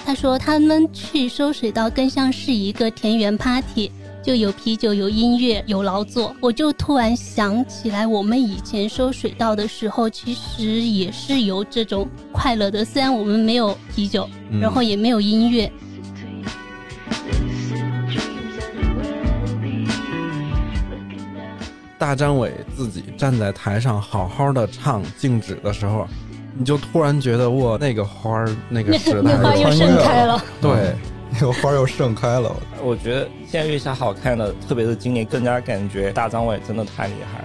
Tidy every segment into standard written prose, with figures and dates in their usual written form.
他说他们去收水稻更像是一个田园 party， 就有啤酒有音乐有劳作。我就突然想起来，我们以前收水稻的时候其实也是有这种快乐的，虽然我们没有啤酒，然后也没有音乐。 大张伟自己站在台上好好的唱静止的时候，你就突然觉得哇，那个花儿那个时代那花又盛开了， 对， 那个花又盛开了。 我觉得现在月下好看的，特别是今年更加感觉大张伟真的太厉害了。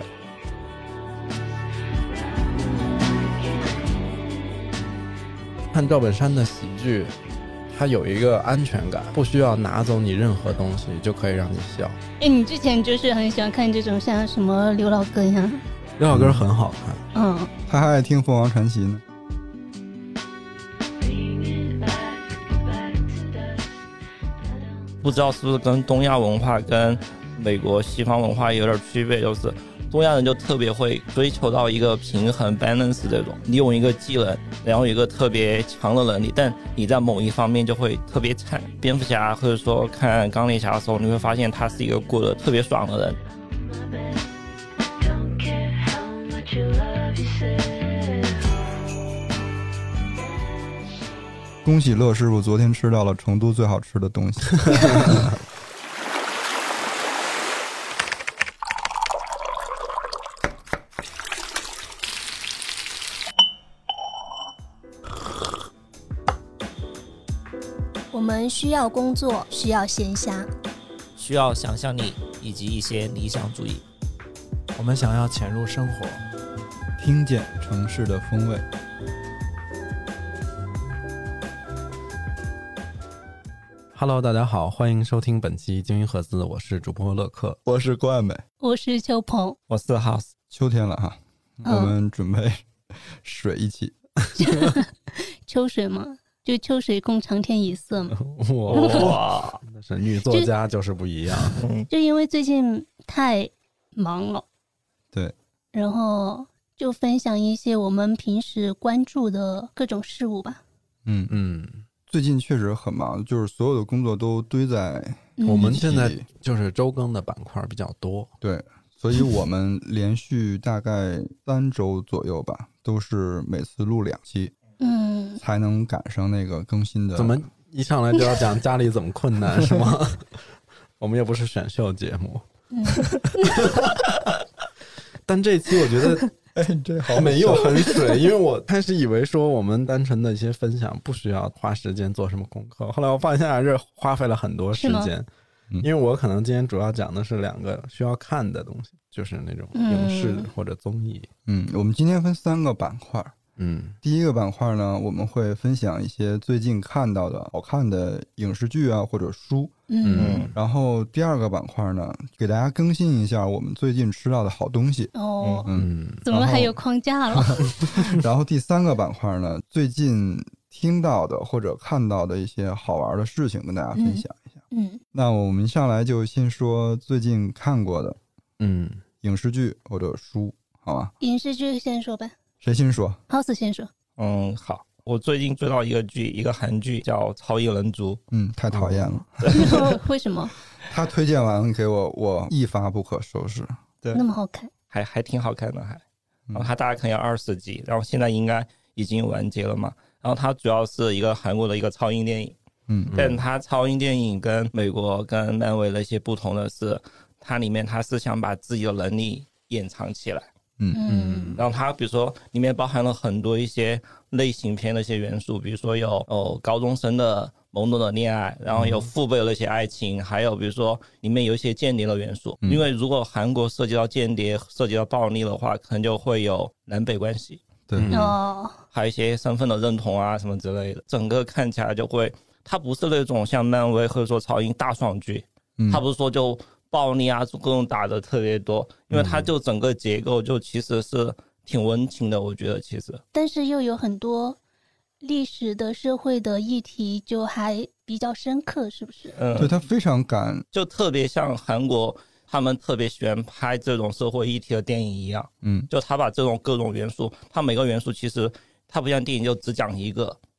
看赵本山的喜剧，它有一个安全感，不需要拿走你任何东西就可以让你笑。 你之前就是很喜欢看这种像什么刘老根呀？ 刘老根很好看， 他还爱听凤凰传奇呢。 不知道是不是跟东亚文化跟美国西方文化有点区别，就是东亚人就特别会追求到一个平衡 balance 这种，你有一个技能，然后有一个特别强的能力，但你在某一方面就会特别惨。蝙蝠侠或者说看钢铁侠的时候，你会发现他是一个过得特别爽的人。 恭喜乐师傅昨天吃到了成都最好吃的东西。 我们需要工作，需要闲暇， 需要想象力以及一些理想主义。 我们想要潜入生活， 听见城市的风味。 Hello， 大家好，欢迎收听本期精英盒子，我是主播乐克， 我是郭爱美， 我是秋鹏， 我是 House。 秋天了哈，我们准备水一起。 秋水嘛，就秋水共长天一色嘛。 哇，那是女作家就是不一样。 就因为最近太忙了， 对， 然后就分享一些我们平时关注的各种事物吧。 最近确实很忙，就是所有的工作都堆在我们现在就是周更的板块比较多， 对，所以我们连续大概3周左右吧，都是每次录2期，才能赶上那个更新的。 怎么一上来就要讲家里怎么困难是吗？我们又不是选秀节目。但这期我觉得这好没有很水，因为我开始以为说我们单纯的一些分享不需要花时间做什么功课，后来我发现还是花费了很多时间。因为我可能今天主要讲的是2个需要看的东西，就是那种影视或者综艺。 我们今天分3个板块。第一个板块呢，我们会分享一些最近看到的好看的影视剧啊或者书。然后第2个板块呢，给大家更新一下我们最近吃到的好东西。 怎么还有框架了？ 然后第3个板块呢，最近听到的或者看到的一些好玩的事情跟大家分享一下。那我们上来就先说最近看过的影视剧或者书，好吧？ 影视剧先说吧。 谁先说？ House 先说。 好，我最近追到一个剧，一个韩剧叫《超异人族》。 太讨厌了。 为什么？ 他推荐完给我，我一发不可收拾。 对， 那么好看， 还挺好看的，然后它大概可能要20集，然后现在应该已经完结了嘛。然后它主要是一个韩国的一个超英电影。但它超英电影跟美国跟漫威的一些不同的是，它里面它是想把自己的能力掩藏起来。然后它比如说里面包含了很多一些类型片的一些元素，比如说有高中生的懵懂的恋爱，然后有父辈的一些爱情，还有比如说里面有一些间谍的元素。因为如果韩国涉及到间谍涉及到暴力的话，可能就会有南北关系。 对， 还有一些身份的认同啊什么之类的，整个看起来就会，它不是那种像漫威或者说超英大爽剧，它不是说就暴力啊各种打的特别多，因为它就整个结构就其实是挺温情的，我觉得其实。 但是又有很多历史的社会的议题就还比较深刻，是不是？ 对，它非常赶， 就特别像韩国他们特别喜欢拍这种社会议题的电影一样。就他把这种各种元素，他每个元素其实他不像电影就只讲一个，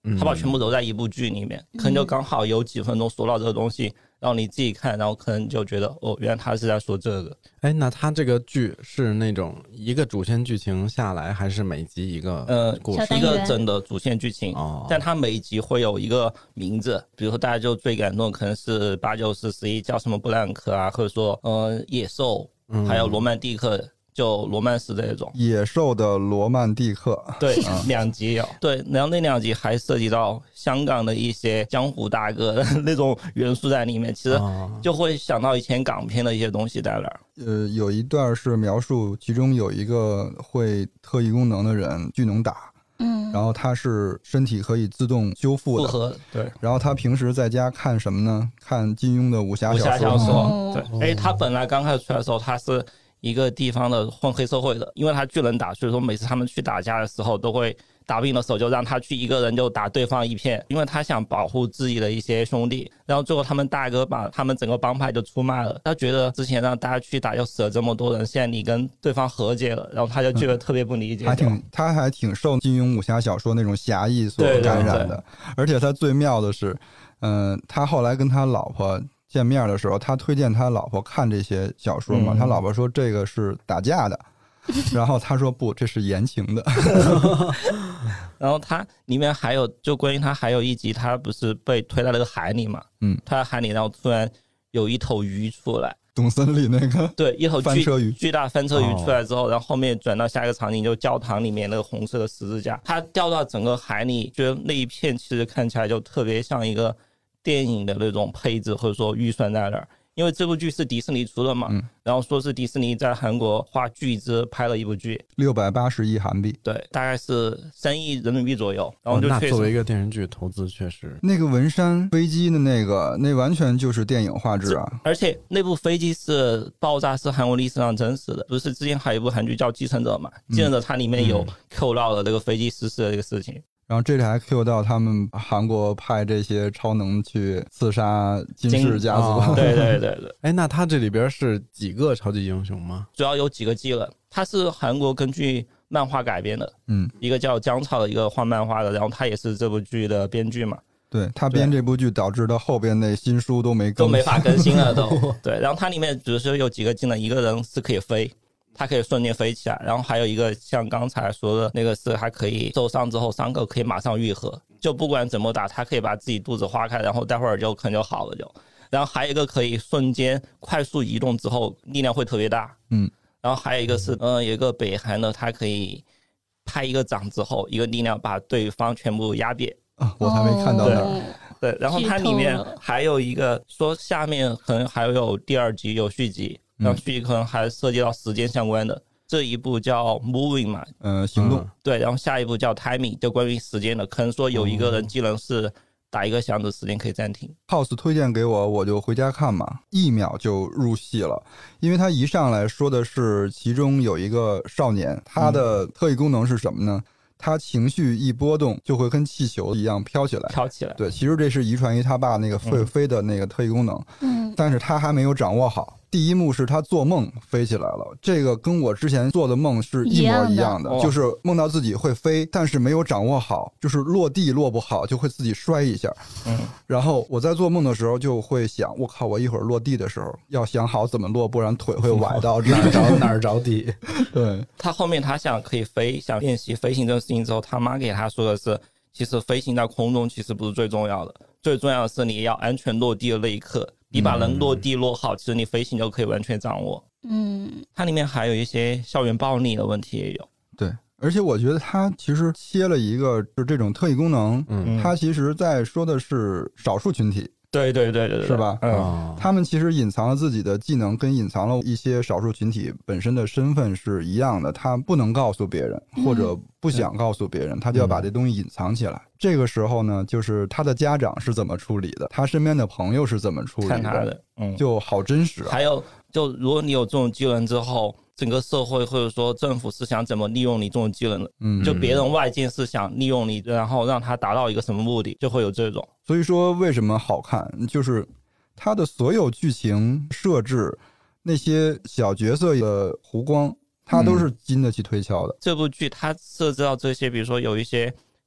他把全部揉在一部剧里面，可能就刚好有几分钟说到这个东西，然后你自己看，然后可能就觉得哦，原来他是在说这个。 那他这个剧是那种一个主线剧情下来，还是每集一个故事？ 一个整的主线剧情，但他每一集会有一个名字，比如说大家就最感动可能是8、9、10、11叫什么布兰克啊，或者说野兽，还有罗曼蒂克。就罗曼史这种野兽的罗曼蒂克， 对，2集有对，然后那2集还涉及到香港的一些江湖大哥的那种元素在里面，其实就会想到以前港片的一些东西在那儿。 有一段是描述其中有一个会特异功能的人巨能打，然后他是身体可以自动修复的， 复合，对。 然后他平时在家看什么呢？看金庸的武侠小说，对。他本来刚开始出来的时候，他是一个地方的混黑社会的，因为他巨能打，所以说每次他们去打架的时候都会打不赢的时候就让他去一个人就打对方一片，因为他想保护自己的一些兄弟，然后最后他们大哥把他们整个帮派就出卖了，他觉得之前让大家去打就死了这么多人，现在你跟对方和解了，然后他就觉得特别不理解， 他还挺受金庸武侠小说那种侠义所感染的。而且他最妙的是他后来跟他老婆见面的时候，他推荐他老婆看这些小说嘛，他老婆说这个是打架的，然后他说不，这是言情的。 然后他里面还有，就关于他还有一集，他不是被推到那个海里嘛，他在海里，然后突然有一头鱼出来， 董森里那个， 对，一头翻车鱼， 巨大翻车鱼出来之后，然后后面转到下一个场景，就教堂里面那个红色的十字架，他掉到整个海里，觉得那一片其实看起来就特别像一个电影的那种配置或者说预算在那儿，因为这部剧是迪士尼出的嘛，然后说是迪士尼在韩国花巨资拍了一部剧 ，680亿韩币， 对，大概是3亿人民币左右。然后就那作为一个电视剧投资确实， 那个文山飞机的那完全就是电影画质啊！ 而且那部飞机是爆炸，是韩国历史上真实的，不是之前还有一部韩剧叫《继承者》嘛？继承者它里面有 Q 到了这个飞机失事的这个事情。 然后这里还 Q 到他们韩国派这些超能去刺杀金氏家族。 对对对对。 那他这里边是几个超级英雄吗？ 主要有几个技能，他是韩国根据漫画改编的，一个叫姜草的一个画漫画的，然后他也是这部剧的编剧嘛。 对，他编这部剧导致到后边那新书都没法更新了都。对，然后它里面只是有几个技能，一个人是可以飞。它可以瞬间飞起来，然后还有一个像刚才说的那个是它可以受伤之后伤口可以马上愈合，就不管怎么打它可以把自己肚子划开，然后待会儿就可能就好了就。然后还有一个可以瞬间快速移动之后力量会特别大，然后还有一个是有一个北韩的，它可以拍一个掌之后一个力量把对方全部压扁我还没看到那儿。 对，然后它里面还有一个说下面可能还有第2集有续集，然后续集可能还涉及到时间相关的，这一部叫 Moving 嘛， 行动， 对，然后下一部叫 Timing， 就关于时间的，可能说有一个人技能是打一个响指时间可以暂停。 House 推荐给我就回家看嘛，1秒就入戏了，因为他一上来说的是其中有一个少年，他的特异功能是什么呢？他情绪一波动就会跟气球一样飘起来。对，其实这是遗传于他爸那个会飞的那个特异功能，但是他还没有掌握好。第一幕是他做梦飞起来了，这个跟我之前做的梦是一模一样的，就是梦到自己会飞，但是没有掌握好，就是落地落不好就会自己摔一下。然后我在做梦的时候就会想，我靠，我一会儿落地的时候要想好怎么落，不然腿会崴到哪儿着地。 对， 他后面他想可以飞，想练习飞行这个事情之后，他妈给他说的是，其实飞行在空中其实不是最重要的，最重要的是你要安全落地的那一刻，你把人落地落好，其实你飞行就可以完全掌握。它里面还有一些校园暴力的问题也有。 对，而且我觉得他其实切了一个就是这种特异功能，他其实在说的是少数群体。 对对对对对， 是吧？他们其实隐藏了自己的技能，跟隐藏了一些少数群体本身的身份是一样的，他不能告诉别人，或者不想告诉别人，他就要把这东西隐藏起来。这个时候呢，就是他的家长是怎么处理的，他身边的朋友是怎么处理的， 看他的， 就好真实。 还有，就如果你有这种技能之后，整个社会或者说政府是想怎么利用你这种技能的，就别人外界是想利用你，然后让他达到一个什么目的，就会有这种。 所以说为什么好看，就是它的所有剧情设置，那些小角色的弧光，它都是经得起推敲的。 这部剧它设置到这些，比如说有一些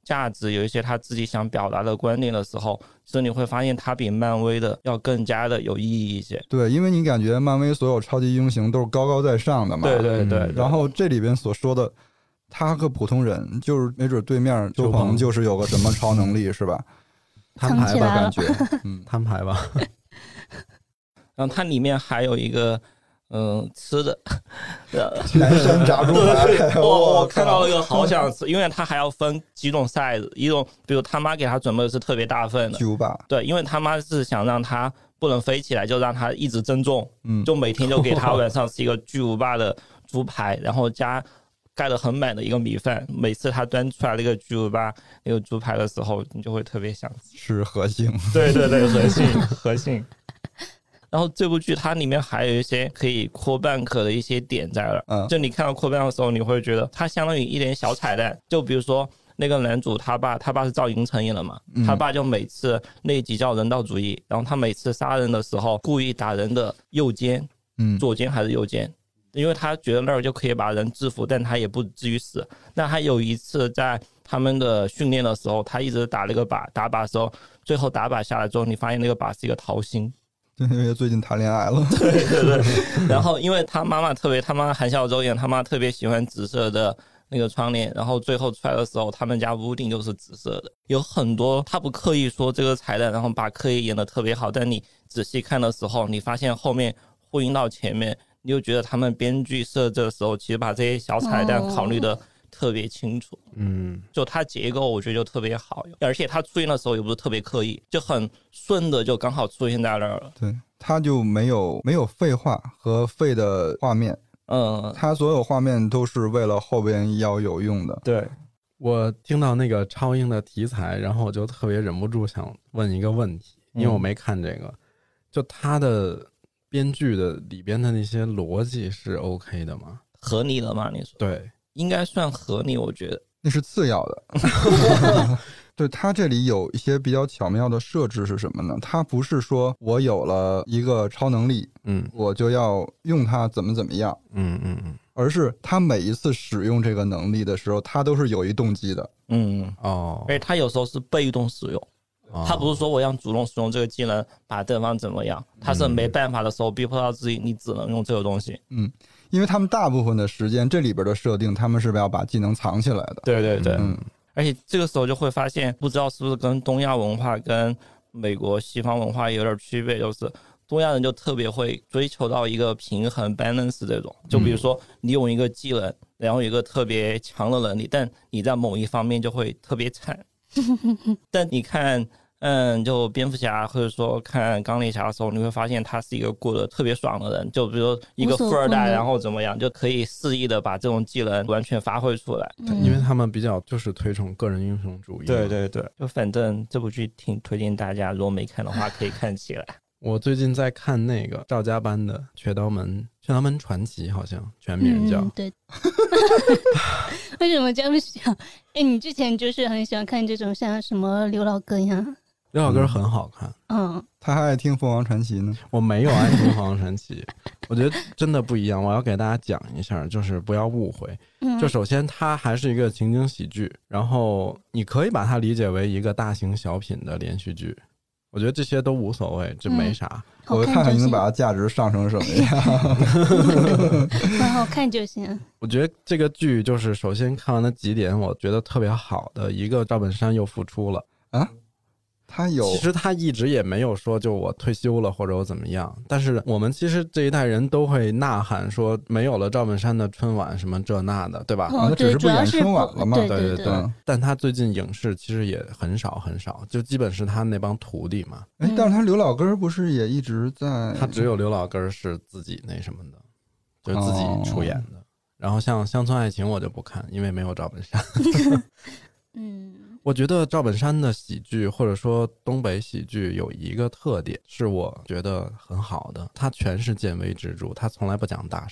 价值，有一些他自己想表达的观点的时候，其实你会发现他比漫威的要更加的有意义一些。 对，因为你感觉漫威所有超级英雄都是高高在上的嘛， 对对 对， 然后这里边所说的他个普通人，就是没准对面周鹏就是有个什么超能力是吧？ 摊牌吧， 感觉摊牌吧。 然后它里面还有一个吃的南山炸猪排我看到了一个好想吃，因为它还要分几种 size， 一种比如他妈给他准备的是特别大份的巨无霸， 对，因为他妈是想让他不能飞起来，就让他一直增重，就每天就给他晚上吃一个巨无霸的猪排，然后加盖得很满的一个米饭，每次他端出来那个巨无霸那个猪排的时候，你就会特别想吃核心。 对对对，核心。然后这部剧它里面还有一些可以call back的一些点在了，就你看到call back的时候，你会觉得它相当于一点小彩蛋，就比如说那个男主他爸是赵寅成演的嘛，他爸就每次那一集叫人道主义，然后他每次杀人的时候故意打人的右肩，左肩还是右肩，因为他觉得那儿就可以把人制服，但他也不至于死。那他有一次在他们的训练的时候，他一直打那个靶，打靶的时候，最后打靶下来之后，你发现那个靶是一个桃心。 对，因为最近谈恋爱了。 对对对。然后因为他妈韩孝周演，他妈特别喜欢紫色的那个窗帘，然后最后出来的时候，他们家屋顶就是紫色的。有很多他不刻意说这个彩蛋，然后把刻意演得特别好，但你仔细看的时候，你发现后面呼应到前面，你就觉得他们编剧设置的时候，其实把这些小彩蛋考虑的特别清楚。就它结构我觉得就特别好，而且它出现的时候也不是特别刻意，就很顺的就刚好出现在那儿了。 对，它就没有废话和废的画面。它所有画面都是为了后边要有用的。 对， 我听到那个超英的题材，然后我就特别忍不住想问一个问题，因为我没看这个，就它的编剧的里边的那些逻辑是 OK 的吗？ 合理的吗？你说？ 对， 应该算合理，我觉得那是次要的。对，它这里有一些比较巧妙的设置是什么呢？它不是说我有了一个超能力，我就要用它怎么样，而是他每一次使用这个能力的时候，他都是有一动机的。 而且他有时候是被动使用。他不是说我要主动使用这个技能把对方怎么样，他是没办法的时候逼迫到自己，你只能用这个东西。 因为他们大部分的时间，这里边的设定，他们是要把技能藏起来的。 对对对，而且这个时候就会发现，不知道是不是跟东亚文化跟美国西方文化有点区别，就是东亚人就特别会追求到一个平衡 balance 这种，就比如说你用一个技能，然后有一个特别强的能力，但你在某一方面就会特别惨。但你看就蝙蝠侠或者说看钢铁侠的时候，你会发现他是一个过得特别爽的人，就比如说一个富二代，然后怎么样就可以肆意的把这种技能完全发挥出来。 因为他们比较就是推崇个人英雄主义。 对对对，就反正这部剧挺推荐大家，如果没看的话可以看起来。 我最近在看那个赵家班的《雀刀门传奇》，好像全名叫。 对。为什么这么想？你之前就是很喜欢看这种像什么刘老根呀？ 刘老根很好看。 他还爱听凤凰传奇呢。 我没有爱听凤凰传奇。我觉得真的不一样。我要给大家讲一下，就是不要误会。就首先它还是一个情景喜剧，然后你可以把它理解为一个大型小品的连续剧。我觉得这些都无所谓，这没啥。 我看看你能把它价值上升什么样。 蛮好看就行。 我觉得这个剧就是首先看完的几点我觉得特别好的一个，赵本山又复出了啊。其实他一直也没有说就我退休了或者我怎么样，但是我们其实这一代人都会呐喊说没有了赵本山的春晚什么这那的，对吧？ 他只是不演春晚了嘛。 对对对。但他最近影视其实也很少，就基本是他那帮徒弟嘛。 但是他刘老根不是也一直在？ 他只有刘老根是自己那什么的，就是自己出演的。然后像《乡村爱情》我就不看，因为没有赵本山。我觉得赵本山的喜剧或者说东北喜剧有一个特点是我觉得很好的，他全是见微知著，他从来不讲大事儿。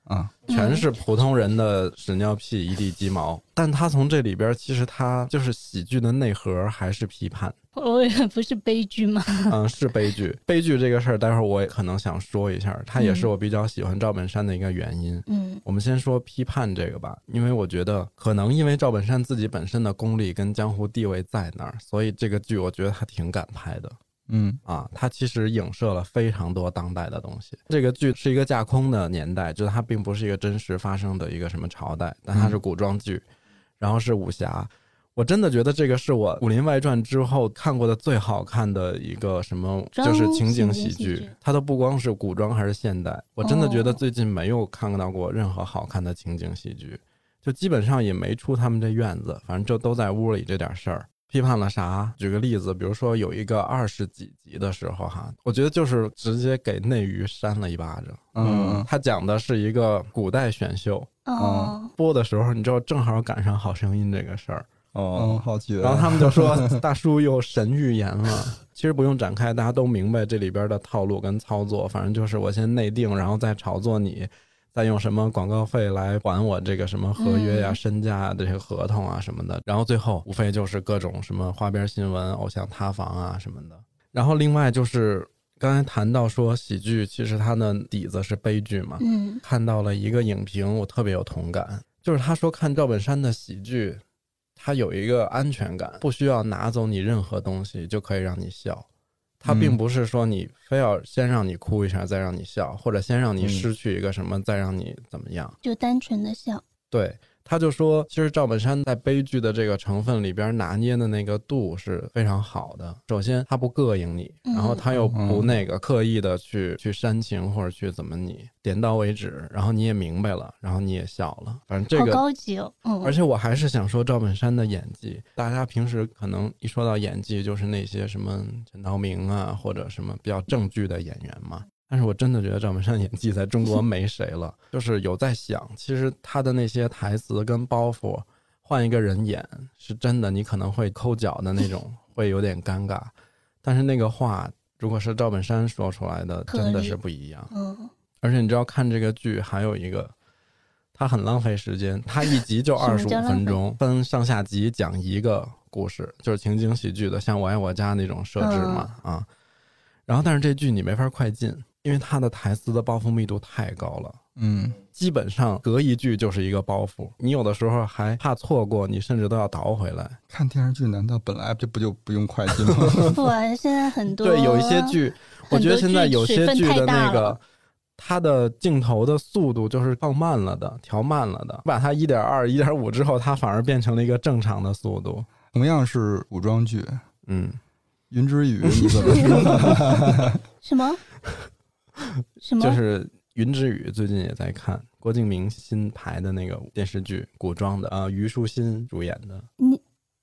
啊， 全是普通人的屎尿屁一地鸡毛。但他从这里边其实他就是喜剧的内核还是批判。 不是悲剧吗？ 是悲剧。悲剧这个事儿待会儿我也可能想说一下，它也是我比较喜欢赵本山的一个原因。我们先说批判这个吧，因为我觉得可能因为赵本山自己本身的功力跟江湖地位在那儿，所以这个剧我觉得他挺敢拍的。它其实影射了非常多当代的东西。这个剧是一个架空的年代，就是它并不是一个真实发生的一个什么朝代，但它是古装剧，然后是武侠。我真的觉得这个是我《武林外传》之后看过的最好看的一个什么，就是情景喜剧。它都不光是古装还是现代，我真的觉得最近没有看到过任何好看的情景喜剧，就基本上也没出他们这院子，反正就都在屋里这点事儿。批判了啥？举个例子，比如说有一个20几集的时候哈，我觉得就是直接给内娱扇了一巴掌。他讲的是一个古代选秀，播的时候你知道正好赶上《好声音》这个事儿。 好绝。 然后他们就说大叔又神预言了。其实不用展开，大家都明白这里边的套路跟操作，反正就是我先内定，然后再炒作你，再用什么广告费来还我这个什么合约呀、身价啊这些合同啊什么的，然后最后无非就是各种什么花边新闻、偶像塌房啊什么的。然后另外就是刚才谈到说喜剧其实它的底子是悲剧嘛，看到了一个影评我特别有同感，就是他说看赵本山的喜剧他有一个安全感，不需要拿走你任何东西就可以让你笑。他并不是说你非要先让你哭一下再让你笑，或者先让你失去一个什么再让你怎么样， 就单纯的笑。 对，他就说其实赵本山在悲剧的这个成分里边拿捏的那个度是非常好的。首先他不膈应你，然后他又不那个刻意的去煽情或者去怎么你点到为止，然后你也明白了，然后你也笑了，反正这个好高级哦。 而且我还是想说赵本山的演技，大家平时可能一说到演技就是那些什么陈道明啊或者什么比较正剧的演员嘛，但是我真的觉得赵本山演技在中国没谁了。就是有在想，其实他的那些台词跟包袱换一个人演是真的你可能会抠脚的那种，会有点尴尬，但是那个话如果是赵本山说出来的真的是不一样。而且你知道看这个剧还有一个他很浪费时间，他一集就25分钟，分上下集讲一个故事，就是情景喜剧的像我爱我家那种设置嘛。然后但是这剧你没法快进，因为他的台词的包袱密度太高了。基本上隔一句就是一个包袱，你有的时候还怕错过，你甚至都要倒回来。 看电视剧难道本来这不就不用快进吗？ 不啊，现在很多对，有一些剧我觉得现在有些剧的那个它的镜头的速度就是放慢了的，调慢了的，把它 1.2 1.5 之后它反而变成了一个正常的速度。 同样是古装剧，云之羽你怎么说？ 什么就是云之羽最近也在看郭敬明新排的那个电视剧，古装的虞书欣主演的。 你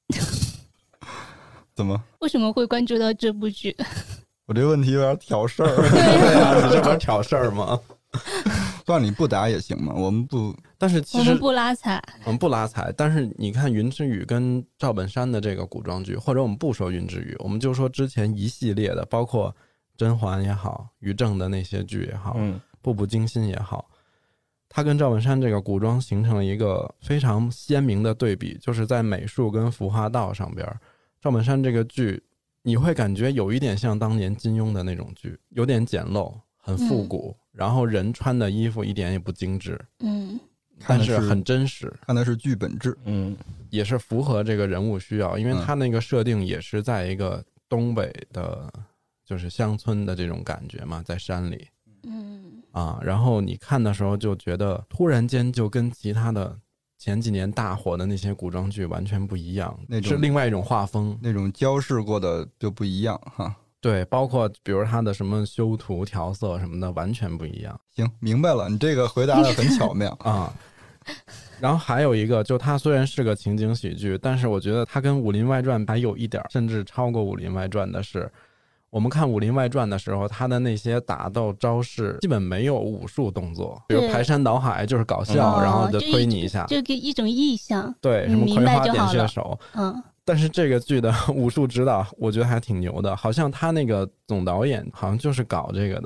怎么为什么会关注到这部剧？ 我这个问题有点挑事儿。 对啊，你这不是挑事儿吗？ 算了，你不打也行嘛，我们不， 但是其实我们不拉踩， 但是你看云之羽跟赵本山的这个古装剧，或者我们不说云之羽，我们就说之前一系列的，包括甄嬛也好，于正的那些剧也好，步步惊心也好，他跟赵本山这个古装形成了一个非常鲜明的对比，就是在美术跟服化道上边，赵本山这个剧你会感觉有一点像当年金庸的那种剧，有点简陋，很复古，然后人穿的衣服一点也不精致，但是很真实， 看的是剧本质， 也是符合这个人物需要，因为他那个设定也是在一个东北的就是乡村的这种感觉嘛，在山里，然后你看的时候就觉得突然间就跟其他的前几年大火的那些古装剧完全不一样，是另外一种画风， 那种焦视过的就不一样哈。 对，包括比如他的什么修图调色什么的完全不一样。 行，明白了，你这个回答的很巧妙啊。然后还有一个，就它虽然是个情景喜剧，但是我觉得它跟《武林外传》还有一点甚至超过《武林外传》的是，我们看《武林外传》的时候，它的那些打斗招式基本没有武术动作，比如排山倒海就是搞笑，然后就推你一下， 就给一种意象。 对，什么葵花点穴手，但是这个剧的武术指导我觉得还挺牛的，好像他那个总导演好像就是搞这个的。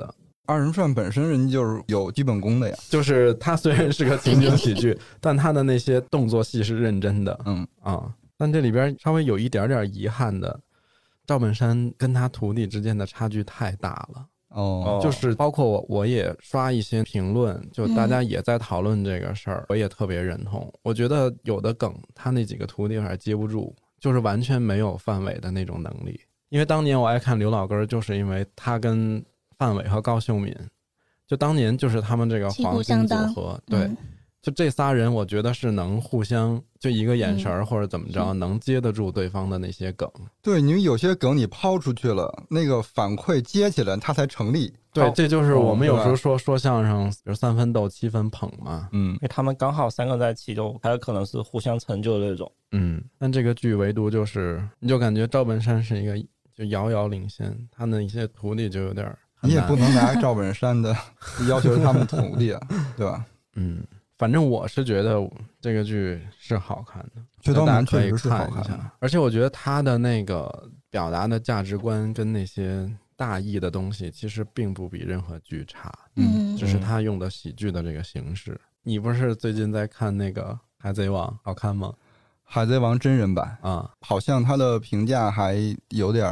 二人转本身人家就是有基本功的呀， 就是它虽然是个情景喜剧，但它的那些动作戏是认真的。但这里边稍微有一点点遗憾的，赵本山跟他徒弟之间的差距太大了。就是包括我也刷一些评论，就大家也在讨论这个事儿，我也特别认同。我觉得有的梗他那几个徒弟有点接不住，就是完全没有范伟的那种能力。因为当年我爱看刘老根，就是因为他跟范伟和高秀敏，就当年就是他们这个黄金组合，对，就这仨人我觉得是能互相就一个眼神或者怎么着能接得住对方的那些梗。 对，你有些梗你抛出去了，那个反馈接起来它才成立。 对，这就是我们有时候说相声比如3分逗7分捧嘛。 因为他们刚好3个在一起，就还有可能是互相成就的那种。 但这个剧唯独就是你就感觉赵本山是一个就遥遥领先，他的一些徒弟就有点你也不能拿赵本山的要求他们徒弟啊，对吧？ 反正我是觉得这个剧是好看的， 大家可以看一下。而且我觉得他的那个表达的价值观跟那些大意的东西其实并不比任何剧差，只是他用的喜剧的这个形式。你不是最近在看那个海贼王好看吗？ 海贼王真人版好像他的评价还有点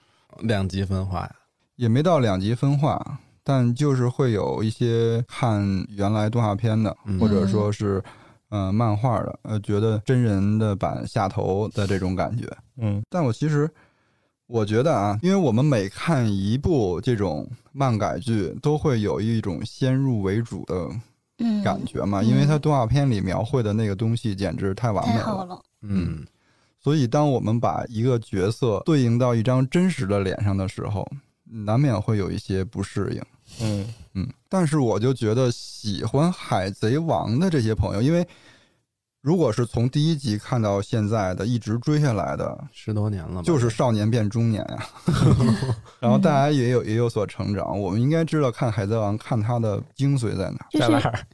2极分化呀， 也没到2极分化，但就是会有一些看原来动画片的，或者说是漫画的，觉得真人的版下头的这种感觉。但我觉得啊，因为我们每看一部这种漫改剧，都会有一种先入为主的感觉嘛，因为它动画片里描绘的那个东西简直太完美了。所以当我们把一个角色对应到一张真实的脸上的时候，难免会有一些不适应。但是我就觉得喜欢海贼王的这些朋友，因为如果是从第1集看到现在的一直追下来的 10多年了吧， 就是少年变中年呀。然后大家也有所成长，我们应该知道看海贼王看它的精髓在哪， 在哪儿。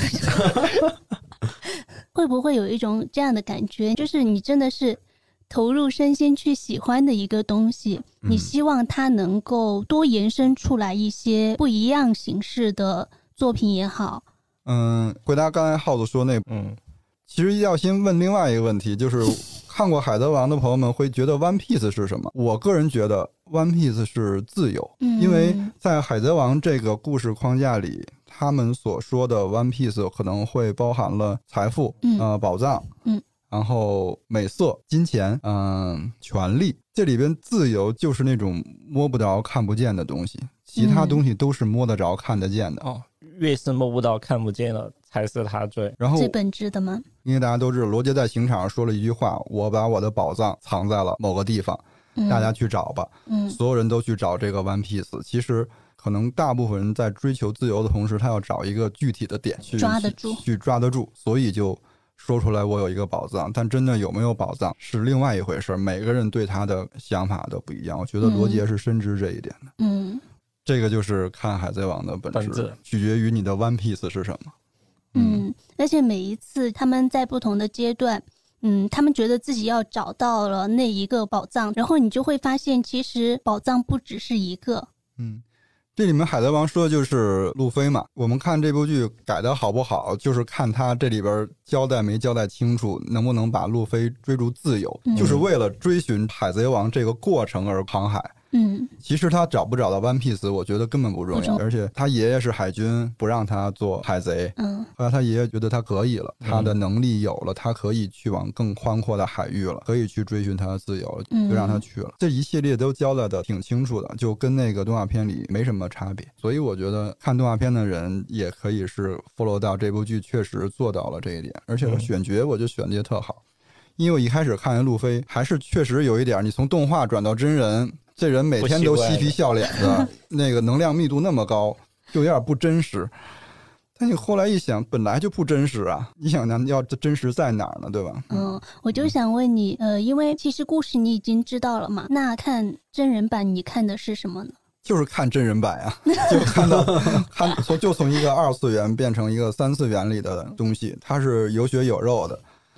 会不会有一种这样的感觉，就是你真的是投入身心去喜欢的一个东西，你希望它能够多延伸出来一些不一样形式的作品也好。 回答刚才浩子说那其实要先问另外一个问题，就是看过海贼王的朋友们会觉得 One Piece 是什么？我个人觉得 One Piece 是自由，因为在海贼王这个故事框架里，他们所说的 One Piece 可能会包含了财富、宝藏，然后美色、金钱、权力，这里边自由就是那种摸不着看不见的东西，其他东西都是摸得着看得见的。 越是摸不到看不见的才是他最本质的吗？ 因为大家都知道罗杰在刑场上说了一句话，我把我的宝藏藏在了某个地方，大家去找吧。所有人都去找这个 One Piece， 其实可能大部分人在追求自由的同时，他要找一个具体的点去抓得住，所以就说出来我有一个宝藏，但真的有没有宝藏是另外一回事，每个人对他的想法都不一样。我觉得罗杰是深知这一点的。这个就是看海贼王的本质，取决于你的 One Piece 是什么。 而且每一次他们在不同的阶段，他们觉得自己要找到了那一个宝藏，然后你就会发现其实宝藏不只是一个。 这里面海贼王说的就是路飞嘛，我们看这部剧改的好不好，就是看他这里边交代没交代清楚，能不能把路飞追逐自由，就是为了追寻海贼王这个过程而航海。其实他找不找到 One Piece 我觉得根本不重要，而且他爷爷是海军，不让他做海贼，后来他爷爷觉得他可以了，他的能力有了，他可以去往更宽阔的海域了，可以去追寻他的自由，就让他去了。这一系列都交代的挺清楚的，就跟那个动画片里没什么差别。所以我觉得看动画片的人也可以是 follow 到这部剧确实做到了这一点，而且我选角我就选的特好，因为我一开始看路飞还是确实有一点，你从动画转到真人，这人每天都嬉皮笑脸的，那个能量密度那么高，就有点不真实。但你后来一想，本来就不真实啊！你想要真实在哪儿呢？对吧？ 我就想问你，因为其实故事你已经知道了嘛，那看真人版你看的是什么呢？ 就是看真人版呀，就看到就从一个2次元变成一个3次元里的东西，它是有血有肉的。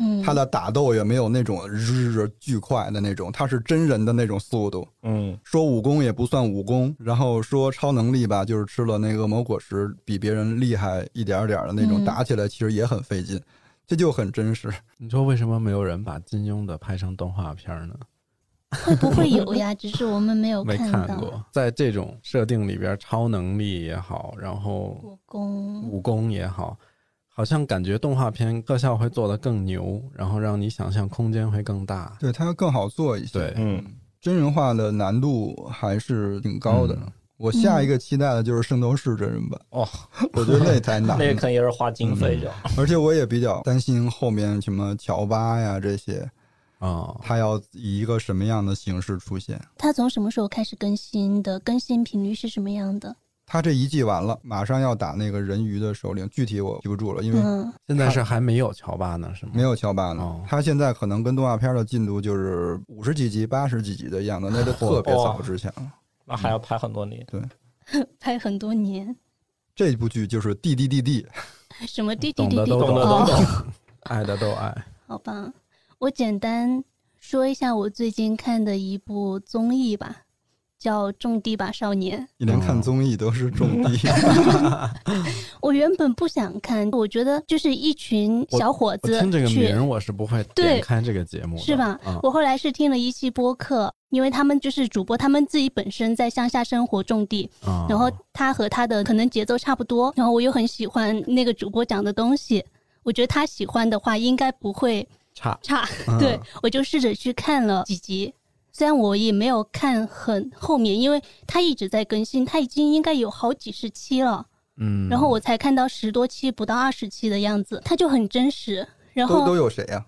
他的打斗也没有那种巨快的那种，他是真人的那种速度。说武功也不算武功，然后说超能力吧，就是吃了那个恶魔果实比别人厉害一点点的那种，打起来其实也很费劲，这就很真实。 你说为什么没有人把金庸的拍成动画片呢？ 会不会有呀？只是我们没有看到。 没看过。在这种设定里边，超能力也好，然后武功也好，好像感觉动画片特效会做得更牛，然后让你想象空间会更大。 对，它更好做一些。 对， 真人化的难度还是挺高的。我下一个期待的就是圣斗士真人版。我觉得那太难了。 那个可能也是花经费的。 而且我也比较担心后面什么乔巴呀这些。他要以一个什么样的形式出现？ 他从什么时候开始更新的？更新频率是什么样的？ 他这一季完了，马上要打那个人鱼的首领，具体我记不住了，因为现在是还没有乔巴呢，是吗？ 没有乔巴呢。他现在可能跟动画片的进度就是50几集、80几集的样子，那就特别早之前了。 那还要拍很多年。 对， 拍很多年。 这部剧就是弟弟弟弟， 什么弟弟弟弟， 懂的都懂， 爱的都爱。 好吧。我简单说一下我最近看的一部综艺吧，叫《种地吧少年》。 你连看综艺都是种地。 我原本不想看，我觉得就是一群小伙子。 我听这个名我是不会点开这个节目的， 是吧？我后来是听了一期播客，因为他们就是主播，他们自己本身在乡下生活种地，然后他和他的可能节奏差不多，然后我又很喜欢那个主播讲的东西，我觉得他喜欢的话应该不会差。对，我就试着去看了几集，虽然我也没有看很后面，因为他一直在更新，他已经应该有好几十期了，然后我才看到10多期不到20期的样子，他就很真实。然后都有谁呀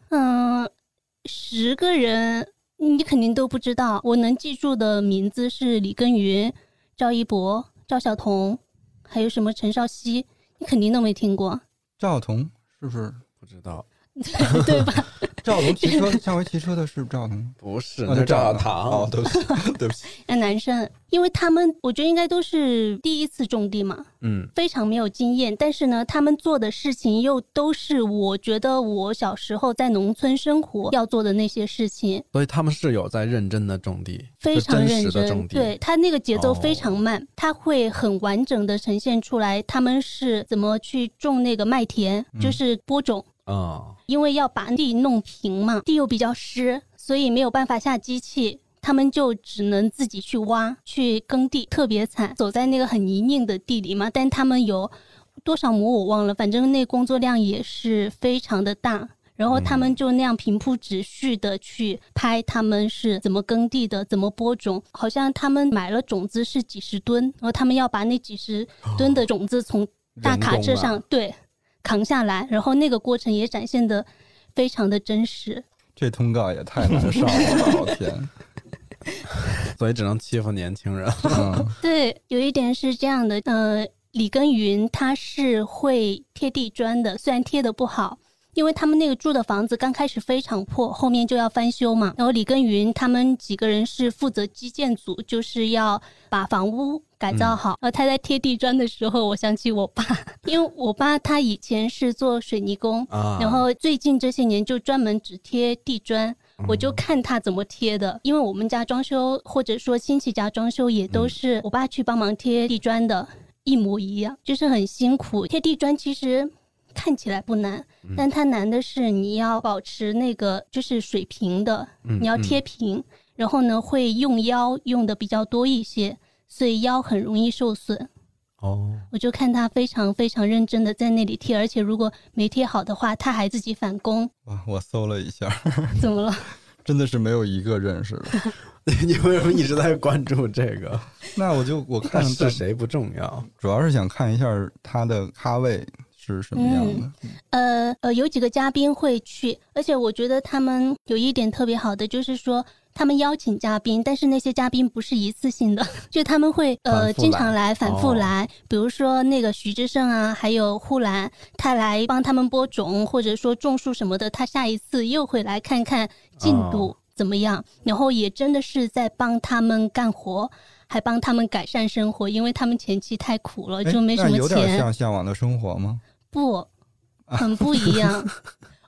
？10个人你肯定都不知道，我能记住的名字是李耕耘、赵一博、赵晓彤，还有什么陈少熙，你肯定都没听过。 赵晓彤是不是？ 不知道。 对吧？ 赵晓彤骑车，上回骑车的是赵晓彤？ 不是，那是赵小棠。 对不起，对不起。 那男生，因为他们我觉得应该都是第一次种地嘛，非常没有经验，但是呢，他们做的事情又都是我觉得我小时候在农村生活要做的那些事情， 所以他们是有在认真的种地， 非常认真的种地。 对，他那个节奏非常慢，他会很完整的呈现出来他们是怎么去种那个麦田，就是播种。因为要把地弄平嘛，地又比较湿，所以没有办法下机器，他们就只能自己去挖去耕地，特别惨，走在那个很泥泞的地里嘛，但他们有多少亩我忘了，反正那工作量也是非常的大，然后他们就那样平铺直叙的去拍他们是怎么耕地的，怎么播种，好像他们买了种子是几十吨，然后他们要把那几十吨的种子从大卡车上对扛下来，然后那个过程也展现的非常的真实。 这通告也太难上了，老天！ 所以只能欺负年轻人。 对，有一点是这样的，李耕耘他是会贴地砖的，虽然贴的不好，因为他们那个住的房子刚开始非常破，后面就要翻修嘛。然后李耕耘他们几个人是负责基建组，就是要把房屋改造好。他在贴地砖的时候，我想起我爸，因为我爸他以前是做水泥工，然后最近这些年就专门只贴地砖。我就看他怎么贴的，因为我们家装修或者说亲戚家装修也都是我爸去帮忙贴地砖的，一模一样，就是很辛苦。贴地砖其实看起来不难，但它难的是你要保持那个就是水平的，你要贴平，然后呢会用腰用的比较多一些，所以腰很容易受损。我就看他非常非常认真的在那里贴，而且如果没贴好的话他还自己返工。 哇，我搜了一下。 怎么了？ 真的是没有一个认识的。 你为什么一直在关注这个？ 那我看是谁不重要， 主要是想看一下他的咖位是什么样的。有几个嘉宾会去，而且我觉得他们有一点特别好的，就是说他们邀请嘉宾，但是那些嘉宾不是一次性的，就他们会经常来反复来，比如说那个徐志胜啊，还有呼兰，他来帮他们播种或者说种树什么的，他下一次又会来看看进度怎么样，然后也真的是在帮他们干活，还帮他们改善生活，因为他们前期太苦了，就没什么钱。 有点像向往的生活吗？ 不，很不一样。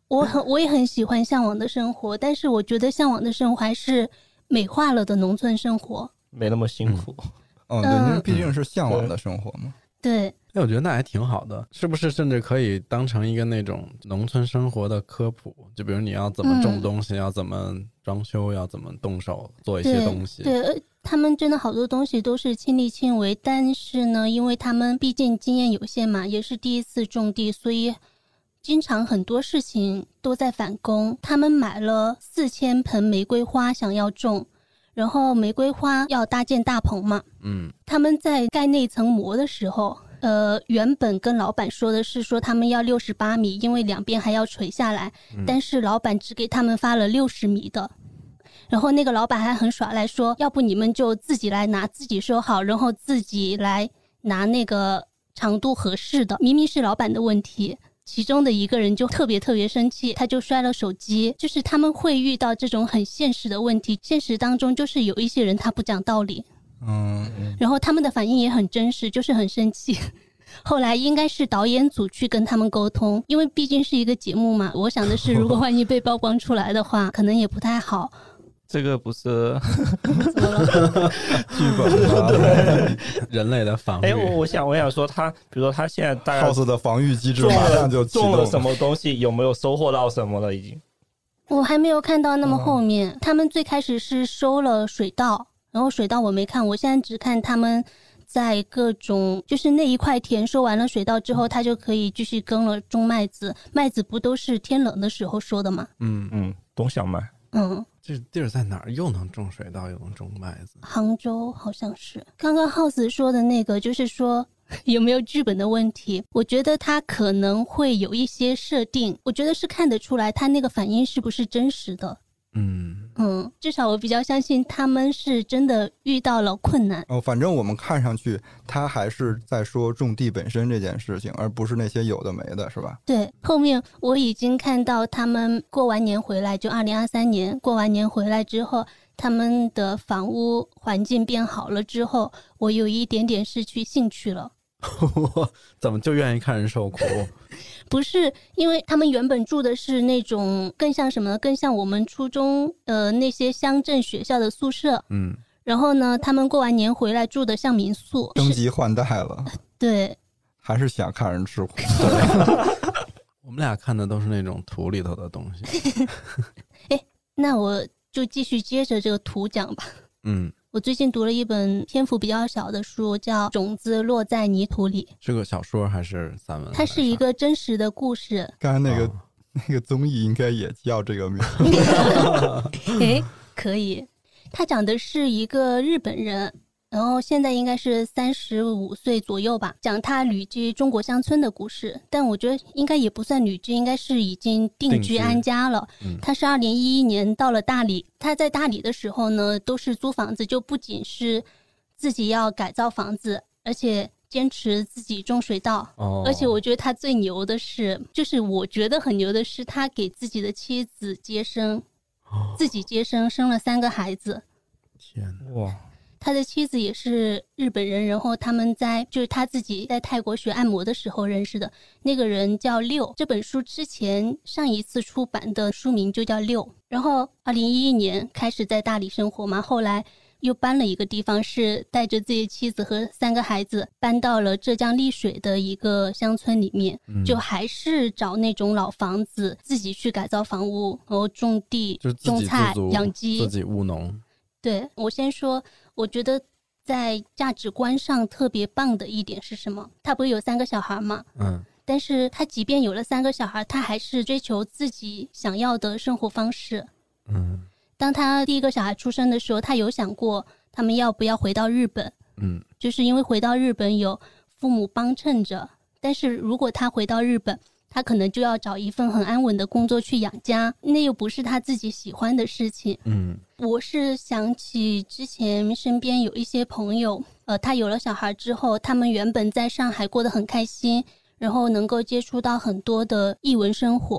我也很喜欢向往的生活，但是我觉得向往的生活还是美化了的农村生活， 没那么辛苦。 对，您毕竟是向往的生活嘛。 对， 我觉得那还挺好的，是不是甚至可以当成一个那种农村生活的科普，就比如你要怎么种东西，要怎么装修，要怎么动手做一些东西。 对，他们真的好多东西都是亲力亲为，但是呢，因为他们毕竟经验有限嘛，也是第一次种地，所以经常很多事情都在返工。他们买了4000盆玫瑰花想要种，然后玫瑰花要搭建大棚嘛，他们在盖那层膜的时候，原本跟老板说的是说他们要68米，因为两边还要垂下来，但是老板只给他们发了60米的。然后那个老板还很耍赖说，要不你们就自己来拿，自己收好，然后自己来拿那个长度合适的。明明是老板的问题，其中的一个人就特别生气，他就摔了手机。就是他们会遇到这种很现实的问题，现实当中就是有一些人他不讲道理，然后他们的反应也很真实，就是很生气。后来应该是导演组去跟他们沟通，因为毕竟是一个节目嘛，我想的是如果万一被曝光出来的话可能也不太好。 这个不是怎么了？ 剧本人类的防御。 我想说他，比如说他现在大概 House 的防御机制马上就启动种了什么东西，有没有收获到什么了？已经我还没有看到那么后面。他们最开始是收了水稻，然后水稻我没看，我现在只看他们在各种就是那一块田收完了水稻之后，他就可以继续耕了，种麦子。麦子不都是天冷的时候收的吗？ 冬小麦。 这地儿在哪儿？又能种水稻又能种麦子？ 杭州好像是。刚刚 House 说的那个就是说有没有剧本的问题，我觉得他可能会有一些设定，我觉得是看得出来他那个反应是不是真实的。至少我比较相信他们是真的遇到了困难。 反正我们看上去他还是在说种地本身这件事情，而不是那些有的没的，是吧？ 对，后面我已经看到他们过完年回来，就2023年过完年回来之后，他们的房屋环境变好了之后，我有一点点失去兴趣了。 怎么就愿意看人受苦？ 不是，因为他们原本住的是那种更像什么呢？更像我们初中那些乡镇学校的宿舍。然后呢，他们过完年回来住的像民宿， 升级换代了。 对， 还是想看人吃苦。 我们俩看的都是那种土里头的东西。 那我就继续接着这个图讲吧。我最近读了一本篇幅比较小的书，叫《种子落在泥土里》。 是个小说还是散文？ 它是一个真实的故事。 刚才那个综艺应该也叫这个名字。可以。他讲的是一个日本人，然后现在应该是35岁左右吧，讲他旅居中国乡村的故事。但我觉得应该也不算旅居，应该是已经定居安家了。他是2011年到了大理，他在大理的时候呢都是租房子，就不仅是自己要改造房子，而且坚持自己种水稻。而且我觉得他最牛的是，就是我觉得很牛的是他给自己的妻子接生，自己接生，生了3个孩子。 天哇！ 他的妻子也是日本人，然后他们就是他自己在泰国学按摩的时候认识的。那个人叫六，这本书之前上一次出版的书名就叫六。然后2011年开始在大理生活嘛，后来又搬了一个地方，是带着自己的妻子和3个孩子搬到了浙江丽水的一个乡村里面。就还是找那种老房子，自己去改造房屋，然后种地、种菜、养鸡， 自己务农。 对，我先说，我觉得在价值观上特别棒的一点是什么？他不是有3个小孩吗？但是他即便有了3个小孩，他还是追求自己想要的生活方式。当他第1个小孩出生的时候，他有想过他们要不要回到日本。就是因为回到日本有父母帮衬着，但是如果他回到日本，他可能就要找一份很安稳的工作去养家，那又不是他自己喜欢的事情。我是想起之前身边有一些朋友，他有了小孩之后，他们原本在上海过得很开心，然后能够接触到很多的艺文生活，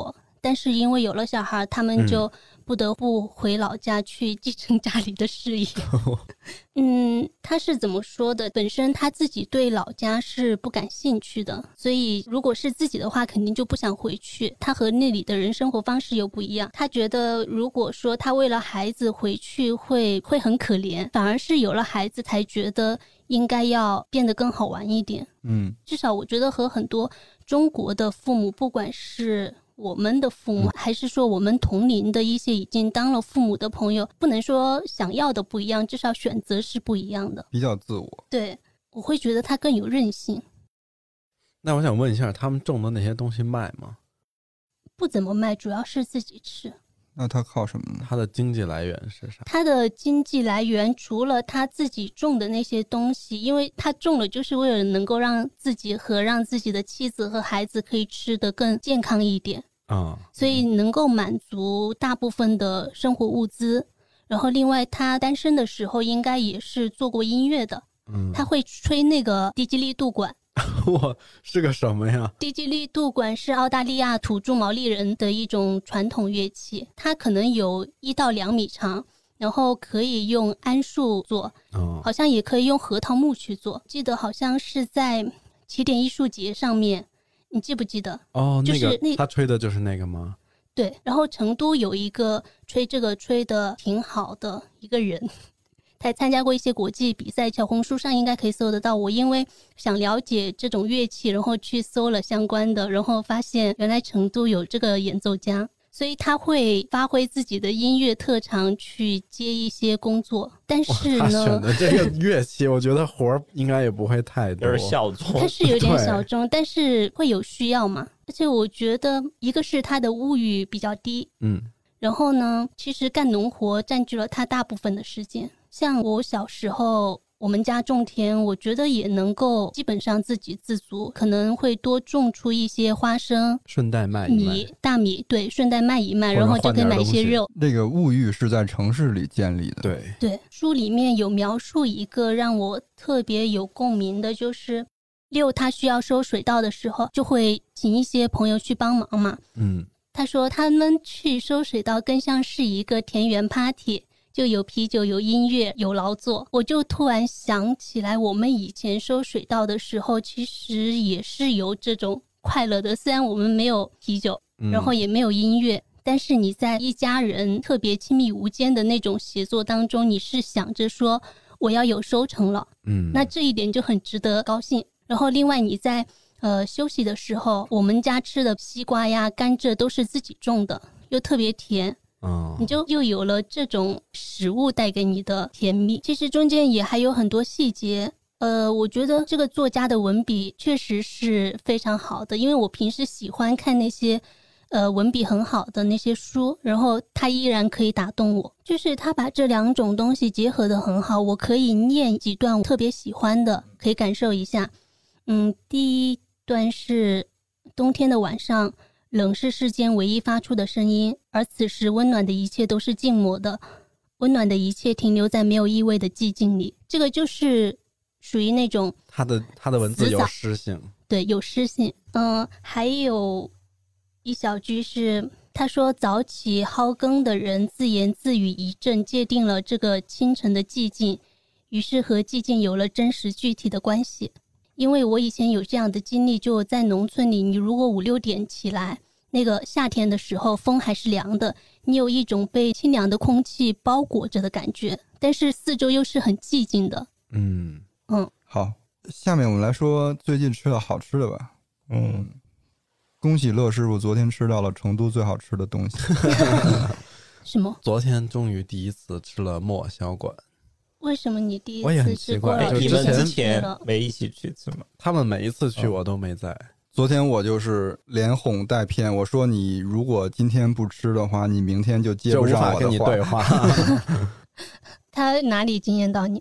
但是因为有了小孩，他们就不得不回老家去继承家里的事业。他是怎么说的？本身他自己对老家是不感兴趣的，所以如果是自己的话，肯定就不想回去。他和那里的人生活方式又不一样，他觉得如果说他为了孩子回去会很可怜，反而是有了孩子才觉得应该要变得更好玩一点。至少我觉得和很多中国的父母，不管是我们的父母还是说我们同龄的一些已经当了父母的朋友，不能说想要的不一样，至少选择是不一样的， 比较自我。 对，我会觉得他更有韧性。 那我想问一下，他们种的那些东西卖吗？ 不怎么卖，主要是自己吃。 那他靠什么呢？ 他的经济来源是啥？ 他的经济来源除了他自己种的那些东西，因为他种了就是为了能够让自己和让自己的妻子和孩子可以吃得更健康一点所以能够满足大部分的生活物资。然后另外他单身的时候应该也是做过音乐的，他会吹那个迪吉利杜管。 哇，是个什么呀？ 迪吉利杜管是澳大利亚土著毛利人的一种传统乐器，它可能有1到2米长，然后可以用桉树做，好像也可以用核桃木去做。记得好像是在起点艺术节上面，你记不记得？就是他吹的就是那个吗？ 对，然后成都有一个吹这个吹的挺好的一个人，他也参加过一些国际比赛，小红书上应该可以搜得到。我因为想了解这种乐器，然后去搜了相关的，然后发现原来成都有这个演奏家，所以他会发挥自己的音乐特长去接一些工作。但是呢， 他选的这个乐器我觉得活儿应该也不会太多， 有点小众， 他是有点小众，但是会有需要嘛。而且我觉得一个是他的物欲比较低，然后呢其实干农活占据了他大部分的时间。像我小时候我们家种田，我觉得也能够基本上自给自足，可能会多种出一些花生， 顺带卖一卖大米，对，顺带卖一卖，然后就可以买一些肉。 这个物欲是在城市里建立的。 对， 书里面有描述一个让我特别有共鸣的，就是六他需要收水稻的时候，就会请一些朋友去帮忙嘛。他说他们去收水稻更像是一个田园 party，就有啤酒有音乐有劳作。我就突然想起来，我们以前收水稻的时候其实也是有这种快乐的，虽然我们没有啤酒然后也没有音乐，但是你在一家人特别亲密无间的那种协作当中，你是想着说我要有收成了，那这一点就很值得高兴。然后另外你在休息的时候，我们家吃的西瓜呀甘蔗都是自己种的，又特别甜，你就又有了这种食物带给你的甜蜜。其实中间也还有很多细节，我觉得这个作家的文笔确实是非常好的，因为我平时喜欢看那些文笔很好的那些书，然后他依然可以打动我，就是他把这两种东西结合得很好。我可以念几段我特别喜欢的，可以感受一下。第一段是冬天的晚上，冷是世间唯一发出的声音，而此时温暖的一切都是静默的，温暖的一切停留在没有意味的寂静里。这个就是属于那种他的文字有诗性， 对，有诗性。还有一小句是他说早起蒿耕的人自言自语一阵，界定了这个清晨的寂静，于是和寂静有了真实具体的关系。因为我以前有这样的经历，就在农村里，你如果5、6点起来，那个夏天的时候风还是凉的，你有一种被清凉的空气包裹着的感觉，但是四周又是很寂静的。 好，下面我们来说最近吃的好吃的吧。恭喜乐师傅昨天吃到了成都最好吃的东西。 什么？ 昨天终于第一次吃了莫小馆。 为什么你第一我也很次吃过？ 你们之前没一起去吃吗？ 他们每一次去我都没在。 昨天我就是连哄带骗，我说你如果今天不吃的话，你明天就接不上我的话， 就无法跟你对话。 他哪里惊艳到你？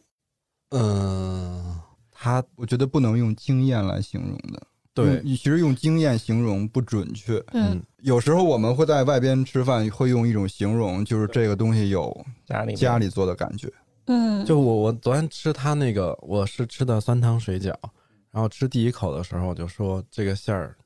我觉得不能用惊艳来形容的。 对， 你其实用经验形容不准确。有时候我们会在外边吃饭，会用一种形容，就是这个东西有家里做的感觉。 就我昨天吃他那个，我是吃的酸汤水饺，然后吃第一口的时候我就说这个馅儿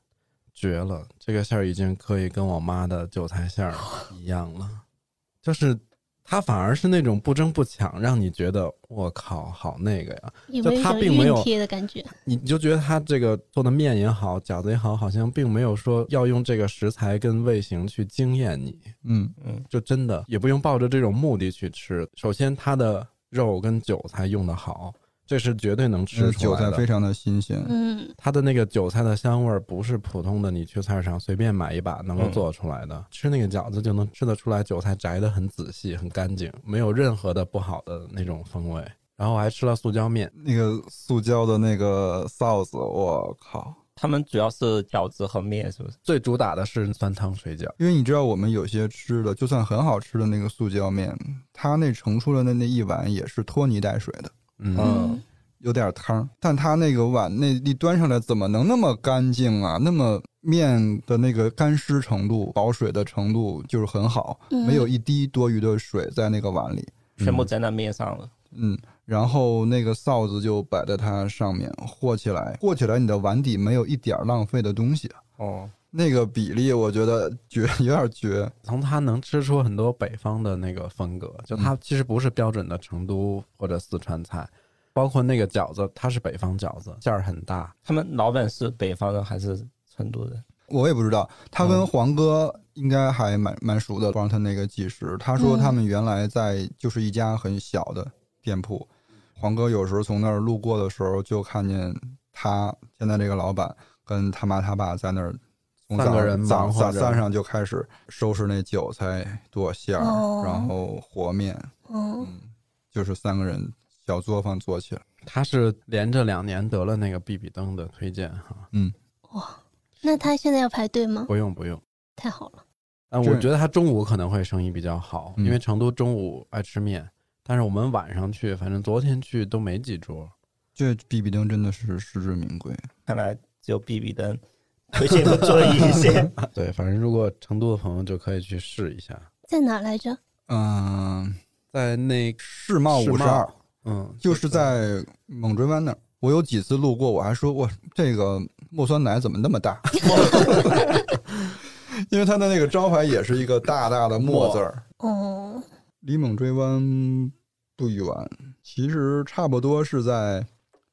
绝了，这个馅儿已经可以跟我妈的韭菜馅儿一样了，就是它反而是那种不争不抢，让你觉得我靠好那个呀，就它并没有熨贴的感觉， 你就觉得它这个做的面也好，饺子也好，好像并没有说要用这个食材跟味型去惊艳你，就真的也不用抱着这种目的去吃。首先它的肉跟韭菜用的好，这是绝对能吃出来的， 韭菜非常的新鲜， 它的那个韭菜的香味不是普通的你去菜市场随便买一把能够做出来的，吃那个饺子就能吃得出来韭菜摘得很仔细很干净，没有任何的不好的那种风味。然后我还吃了塑胶面， 那个塑胶的那个臊子，我靠， 他们主要是饺子和面是不是？ 最主打的是酸汤水饺， 因为你知道我们有些吃的就算很好吃的那个塑胶面，它那盛出来的那一碗也是拖泥带水的，有点汤，但它那个碗那一端上来怎么能那么干净啊？那么面的那个干湿程度保水的程度就是很好，没有一滴多余的水在那个碗里， 全部在那面上了。 然后那个臊子就摆在它上面和起来你的碗底没有一点浪费的东西。那个比例我觉得绝，有点绝。 从它能吃出很多北方的那个风格，就它其实不是标准的成都或者四川菜，包括那个饺子它是北方饺子，馅儿很大。 他们老板是北方人还是成都人？ 我也不知道，他跟黄哥应该还蛮熟的，帮他那个技师，他说他们原来在就是一家很小的店铺，黄哥有时候从那儿路过的时候就看见他现在这个老板跟他妈他爸在那儿从早上就开始收拾那韭菜剁馅儿，然后和面，就是3个人小作坊做起来。 他是连着2年得了那个必比登的推荐哈。 哇，那他现在要排队吗？ 不用， 太好了。 我觉得他中午可能会生意比较好，因为成都中午爱吃面，但是我们晚上去，反正昨天去都没几桌。 这必比登真的是实至名归， 看来只有必比登推荐的做一些。 对，反正如果成都的朋友就可以去试一下。 在哪来着？ 在那世贸52，就是在猛追湾那儿。我有几次路过，我还说哇，这个墨酸奶怎么那么大？因为它的那个招牌也是一个大大的墨字儿。离猛追湾不远，其实差不多是在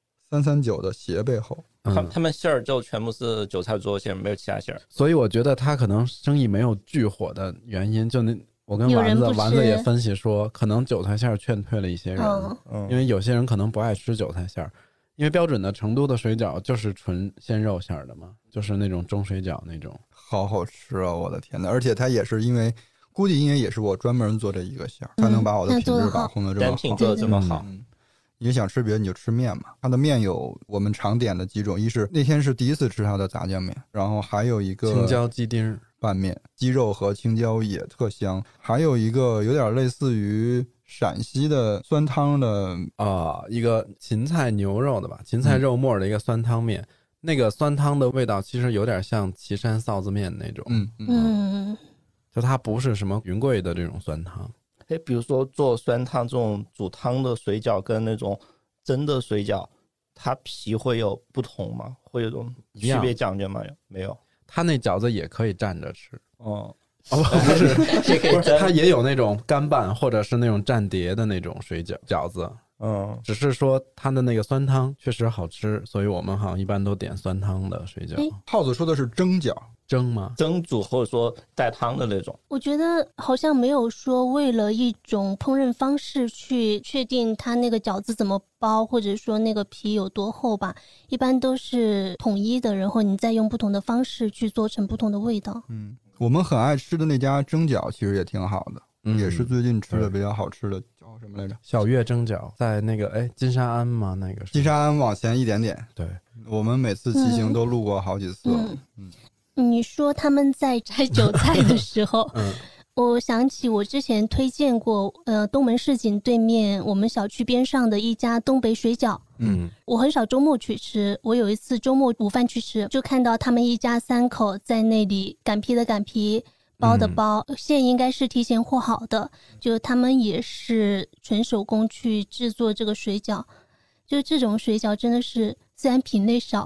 339的斜背后。 他们馅儿就全部是韭菜做馅，没有其他馅儿。 所以我觉得他可能生意没有巨火的原因，就我跟丸子也分析说，可能韭菜馅儿劝退了一些人，因为有些人可能不爱吃韭菜馅儿。因为标准的成都的水饺就是纯鲜肉馅儿的嘛，就是那种中水饺那种， 好吃啊！我的天哪！而且它也是估计因为也是我专门做这一个馅儿，它能把我的品质把控的这么好， 单品做的这么好。 你想吃别的你就吃面嘛，它的面有我们常点的几种，一是那天是第一次吃它的炸酱面，然后还有一个青椒鸡丁拌面，鸡肉和青椒也特香，还有一个有点类似于陕西的酸汤的一个芹菜牛肉的吧，芹菜肉末的一个酸汤面，那个酸汤的味道其实有点像岐山臊子面那种，就它不是什么云贵的这种酸汤。 比如说做酸汤这种煮汤的水饺跟那种蒸的水饺，它皮会有不同吗？会有种区别讲究吗？没有， 它那饺子也可以蘸着吃。 不是， 它也有那种干拌或者是那种蘸碟的那种饺子。只是说它的那个酸汤确实好吃，所以我们好像一般都点酸汤的水饺。 耗子说的是蒸饺。 蒸吗？ 蒸煮或者说带汤的那种。 我觉得好像没有说为了一种烹饪方式去确定它那个饺子怎么包，或者说那个皮有多厚吧，一般都是统一的，然后你再用不同的方式去做成不同的味道。 我们很爱吃的那家蒸饺其实也挺好的，也是最近吃的比较好吃的，叫什么来着？ 小月蒸饺，在那个金沙庵吗？那个是金沙庵往前一点点。 对， 我们每次骑行都路过好几次。 你说他们在摘韭菜的时候，我想起我之前推荐过，东门市井对面我们小区边上的一家东北水饺。我很少周末去吃，我有一次周末午饭去吃，就看到他们一家3口在那里擀皮的擀皮，包的包，馅应该是提前和好的，就他们也是纯手工去制作这个水饺。就这种水饺真的是虽然品类少，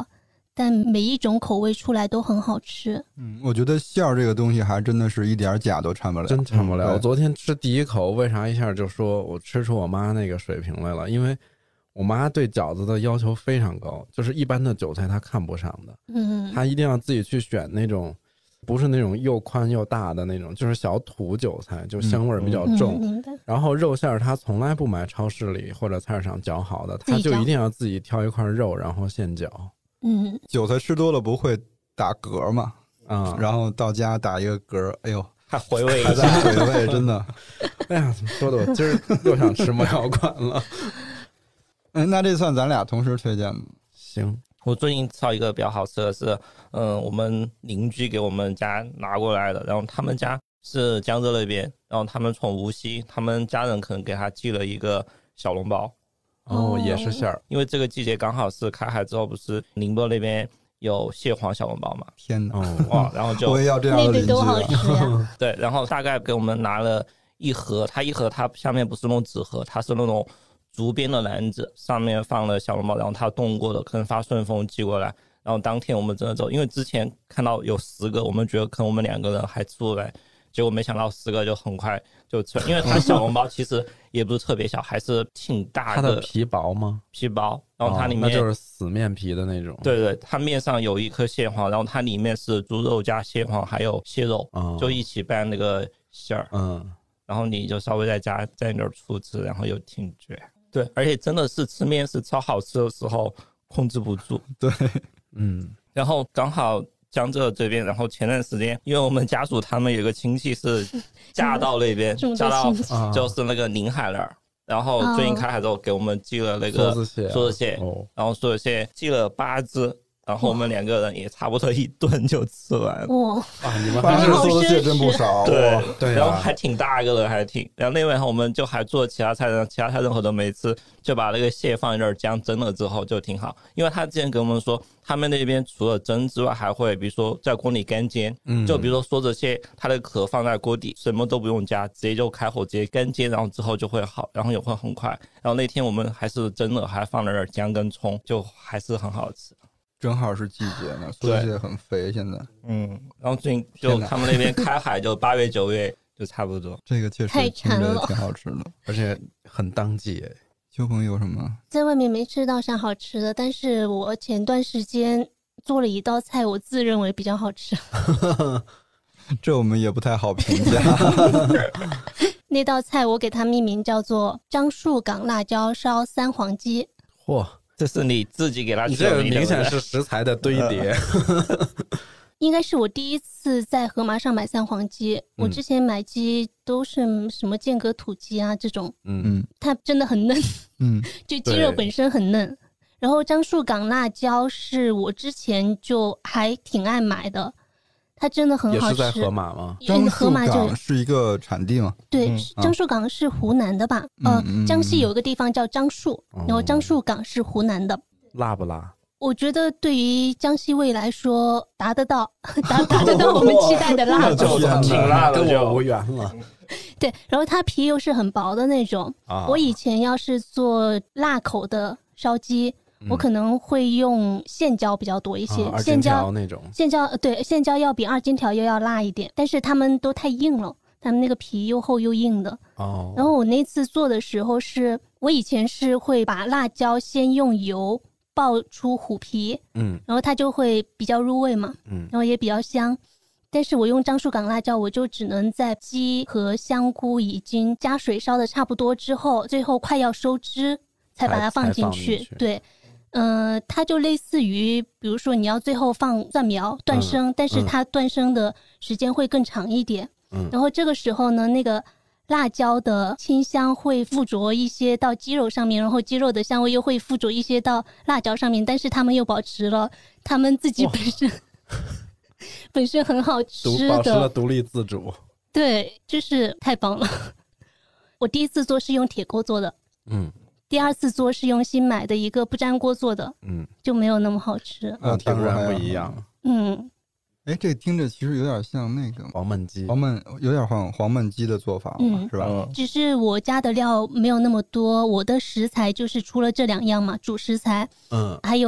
但每一种口味出来都很好吃。 我觉得馅儿这个东西还真的是一点假都掺不了， 真掺不了。我昨天吃第一口，为啥一下就说我吃出我妈那个水平来了？因为我妈对饺子的要求非常高，就是一般的韭菜她看不上的，她一定要自己去选那种不是那种又宽又大的那种，就是小土韭菜，就香味比较重。然后肉馅她从来不买超市里或者菜市场搅好的，她就一定要自己挑一块肉然后现搅。 韭菜吃多了不会打嗝吗？然后到家打一个嗝，哎呦， 还回味一下， 下， 回味真的。 哎呀，怎么说的我今儿又想吃莫小馆了。 那这算咱俩同时推荐的。 行， 我最近吃到一个比较好吃的是，我们邻居给我们家拿过来的，然后他们家是江浙那边，然后他们从无锡，他们家人可能给他寄了一个小笼包。 也是馅儿， 因为这个季节刚好是开海之后，不是宁波那边有蟹黄小笼包嘛？ 天哪！ 然后就我也要这样的邻居。 都好吃啊。 对，然后大概给我们拿了一盒，它一盒它下面不是那种纸盒，它是那种竹编的篮子，上面放了小笼包，然后它冻过的，可能发顺丰寄过来。然后当天我们真的走，因为之前看到有10个，我们觉得可能我们2个人还吃不来。结果没想到10个就很快就吃完，因为它小笼包其实也不是特别小，还是挺大的。 它的皮薄吗？ 皮薄，然后它里面那就是死面皮的那种。 对对，它面上有一颗蟹黄，然后它里面是猪肉加蟹黄还有蟹肉，就一起拌那个馅儿。然后你就稍微再加点醋汁，然后又挺绝。对，而且真的是吃面是超好吃的时候控制不住。 对， 然后刚好江浙这边，然后前段时间，因为我们家属他们有个亲戚是嫁到那边，嫁到就是那个宁海那儿，然后最近开海之后给我们寄了那个梭子蟹，然后梭子蟹寄了8只，然后我们2个人也差不多1顿就吃完了。 你们 8只梭子蟹真不少。 对，然后还挺大一个的，然后那晚上我们就还做其他菜，其他菜任何都没吃，就把那个蟹放在这儿姜蒸了之后就挺好。因为他之前跟我们说，他们那边除了蒸之外，还会比如说在锅里干煎，就比如说梭子蟹，它的壳放在锅底，什么都不用加，直接就开火直接干煎，然后之后就会好，然后也会很快。然后那天我们还是蒸了，还放了点姜跟葱，就还是很好吃。 正好是季节呢，梭子蟹很肥现在。 然后最近就他们那边开海就8月9月就差不多。 这个确实听着挺好吃的， 而且很当季。 秋鹏有什么？ 在外面没吃到啥好吃的，但是我前段时间做了一道菜，我自认为比较好吃。 这我们也不太好评价。 那道菜我给它命名叫做樟树港辣椒烧3黄鸡。 嚯！ 这是你自己给他取的， 这个明显是食材的堆叠。 应该是我第一次在盒马上买3黄鸡，我之前买鸡都是什么间隔土鸡啊这种，它真的很嫩，就鸡肉本身很嫩。然后樟树港辣椒是我之前就还挺爱买的，它真的很好吃。 也是在河马吗？ 樟树港是一个产地吗？ 对，樟树港是湖南的吧？江西有一个地方叫樟树，然后樟树港是湖南的。 辣不辣？ 我觉得对于江西味来说，达得到我们期待的辣度， 挺辣的， 跟我无缘了。 对，然后它皮又是很薄的那种。我以前要是做辣口的烧鸡，我可能会用线椒比较多一些， 线椒那种。 线椒要比2荆条要辣一点，但是它们都太硬了，它们那个皮又厚又硬的。然后我那次做的时候我以前是会把辣椒先用油爆出虎皮，然后它就会比较入味嘛，然后也比较香。但是我用樟树港辣椒，我就只能在鸡和香菇已经加水烧的差不多之后，最后快要收汁才把它放进去。对，它就类似于，比如说你要最后放蒜苗断生，但是它断生的时间会更长一点。然后这个时候呢，那个辣椒的清香会附着一些到鸡肉上面，然后鸡肉的香味又会附着一些到辣椒上面，但是它们又保持了它们自己本身很好吃的， 保持了独立自主。 对，就是太棒了。我第一次做是用铁锅做的，第2次做是用新买的一个不粘锅做的，就没有那么好吃。 当然不一样。 这听着其实有点像那个黄焖鸡， 有点像黄焖鸡的做法嘛，是吧？ 只是我加的料没有那么多，我的食材就是除了这2样嘛，主食材，还有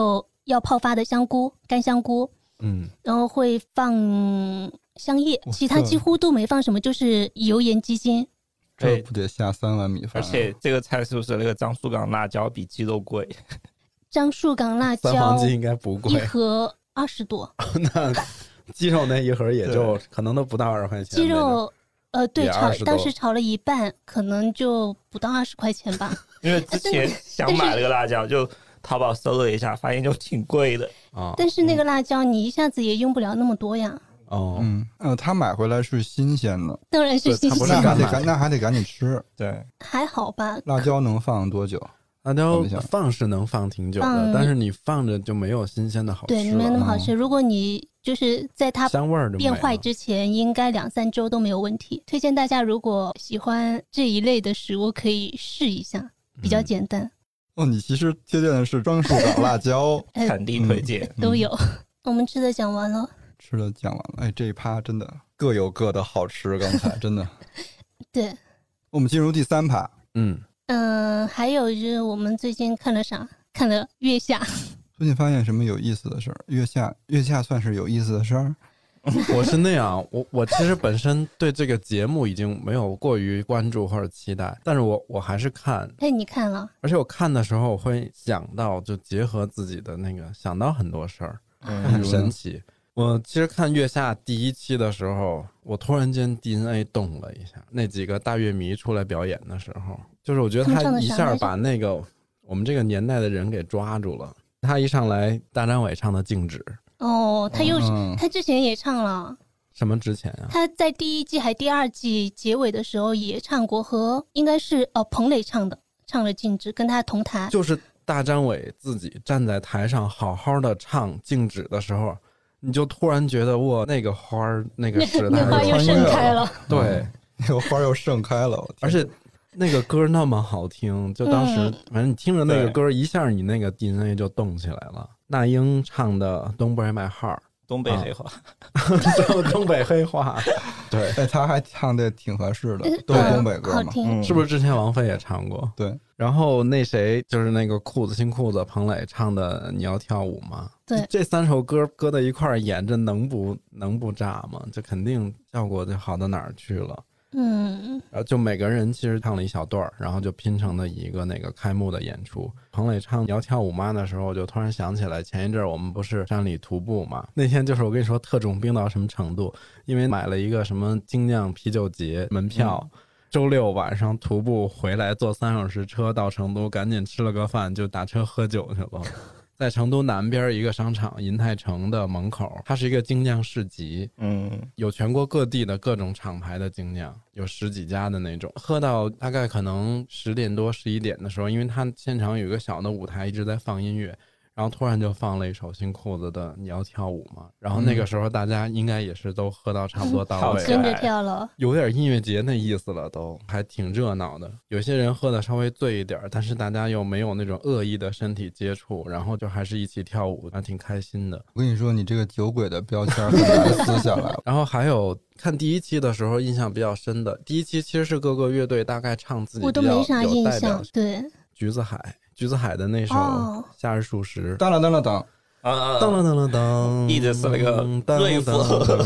要泡发的香菇，干香菇，然后会放香叶，其他几乎都没放什么，就是油盐鸡精。 这不得下3碗米饭？ 而且这个菜是不是那个樟树港辣椒比鸡肉贵？ 樟树港辣椒三黄鸡应该不贵， 一盒20多。 那鸡肉那一盒也就可能都不到20块钱。 鸡肉对，当时炒了一半，可能就不到20块钱吧。 因为之前想买那个辣椒，就淘宝搜了一下，发现就挺贵的。 但是那个辣椒你一下子也用不了那么多呀。 他买回来是新鲜的， 当然是新鲜的， 那还得赶紧吃。 对， 还好吧。 辣椒能放多久？ 辣椒放是能放挺久的，但是你放着就没有新鲜的好吃了。 对，没有那么好吃。如果你就是在它香味变坏之前，应该2-3周都没有问题。推荐大家如果喜欢这一类的食物，可以试一下，比较简单。 你其实推荐的是樟树港辣椒， 产地推荐都有。我们吃的讲完了， 这一趴真的各有各的好吃。刚才真的， 对。 我们进入第3趴。 还有就是我们最近看了啥？看了《月下》。 最近发现什么有意思的事儿？月下算是有意思的事儿。 我是那样，我其实本身对这个节目已经没有过于关注或者期待，但是我还是看。 你看了？ 而且我看的时候，我会想到，就结合自己的那个，想到很多事儿，很神奇。我其实看《月下》第1期的时候，我突然间 DNA 动了一下。那几个大乐迷出来表演的时候，就是我觉得他一下把那个我们这个年代的人给抓住了。他一上来，大张伟唱的《静止》。 他之前也唱了。 什么之前啊？ 他在第1季还第2季结尾的时候也唱过，和应该是彭磊唱了《静止》，跟他同台。 就是大张伟自己站在台上好好的唱《静止》的时候，你就突然觉得哇，那个花儿，那个时代那花又盛开了。 对， 那个花又盛开了， 而且那个歌那么好听，就当时反正你听着那个歌，一下你那个 DNA 就动起来了。那英唱的《Don't Break My Heart》， 东北黑话， 东北黑话，对， 他还唱的挺合适的，都是东北歌嘛， 是不是之前王菲也唱过？ 对。 然后那谁就是那个新裤子彭磊唱的《你要跳舞吗》？ 对， 这3首歌搁在一块儿演，这能不炸吗？这肯定效果就好到哪儿去了。然后就每个人其实唱了一小段，然后就拼成了一个那个开幕的演出。彭磊唱《你要跳舞吗》的时候，我就突然想起来，前一阵我们不是山里徒步嘛？那天就是我跟你说特种兵到什么程度，因为买了一个什么精酿啤酒节门票。周6晚上徒步回来，坐3小时车到成都，赶紧吃了个饭就打车喝酒去了。在成都南边一个商场银泰城的门口，它是一个精酿市集，有全国各地的各种厂牌的精酿，有10几家的那种。喝到大概可能10点多11点的时候，因为它现场有一个小的舞台一直在放音乐，然后突然就放了一首新裤子的《你要跳舞吗》，然后那个时候大家应该也是都喝到差不多到位， 跟着跳了， 有点音乐节那意思了，都还挺热闹的。有些人喝的稍微醉一点，但是大家又没有那种恶意的身体接触，然后就还是一起跳舞，还挺开心的。 我跟你说，你这个酒鬼的标签很难撕下来。 然后还有看第1期的时候印象比较深的，第1期其实是各个乐队大概唱自己比较有代表， 我都没啥印象。对， 橘子海的那首《夏日数十》， 当了当了当， 当了当了当， 一直是那个瑞夫，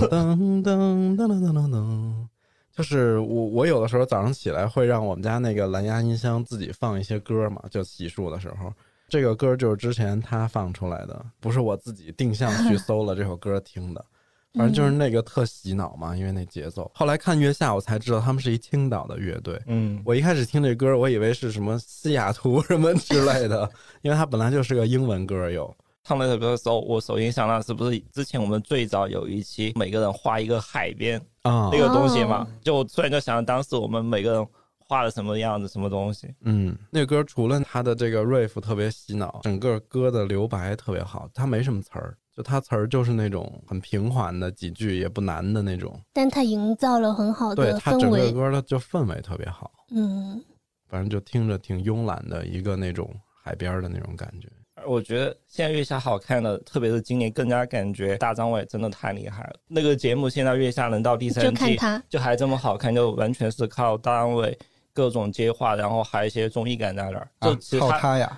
就是我有的时候早上起来会让我们家那个蓝牙音箱自己放一些歌嘛，就洗漱的时候，这个歌就是之前他放出来的，不是我自己定向去搜了这首歌听的。反正就是那个特洗脑嘛，因为那节奏。后来看月下我才知道他们是一青岛的乐队。我一开始听这歌我以为是什么西雅图什么之类的，因为它本来就是个英文歌。 唱那首歌的时候，我首先想到是不是之前我们最早有一期每个人画一个海边那个东西嘛，就突然就想到当时我们每个人画了什么样子什么东西。 那个歌除了它的这个 riff 特别洗脑，整个歌的留白特别好，它没什么词儿，就它词儿就是那种很平缓的几句也不难的那种， 但它营造了很好的氛围。 对，它整个歌的就氛围特别好。反正就听着挺慵懒的一个那种海边的那种感觉。 我觉得现在月下好看的，特别是今年更加感觉大张伟真的太厉害了。那个节目现在月下能到第3季就还这么好看，就完全是靠大张伟各种接话，然后还有一些综艺感在那儿。 就靠他呀。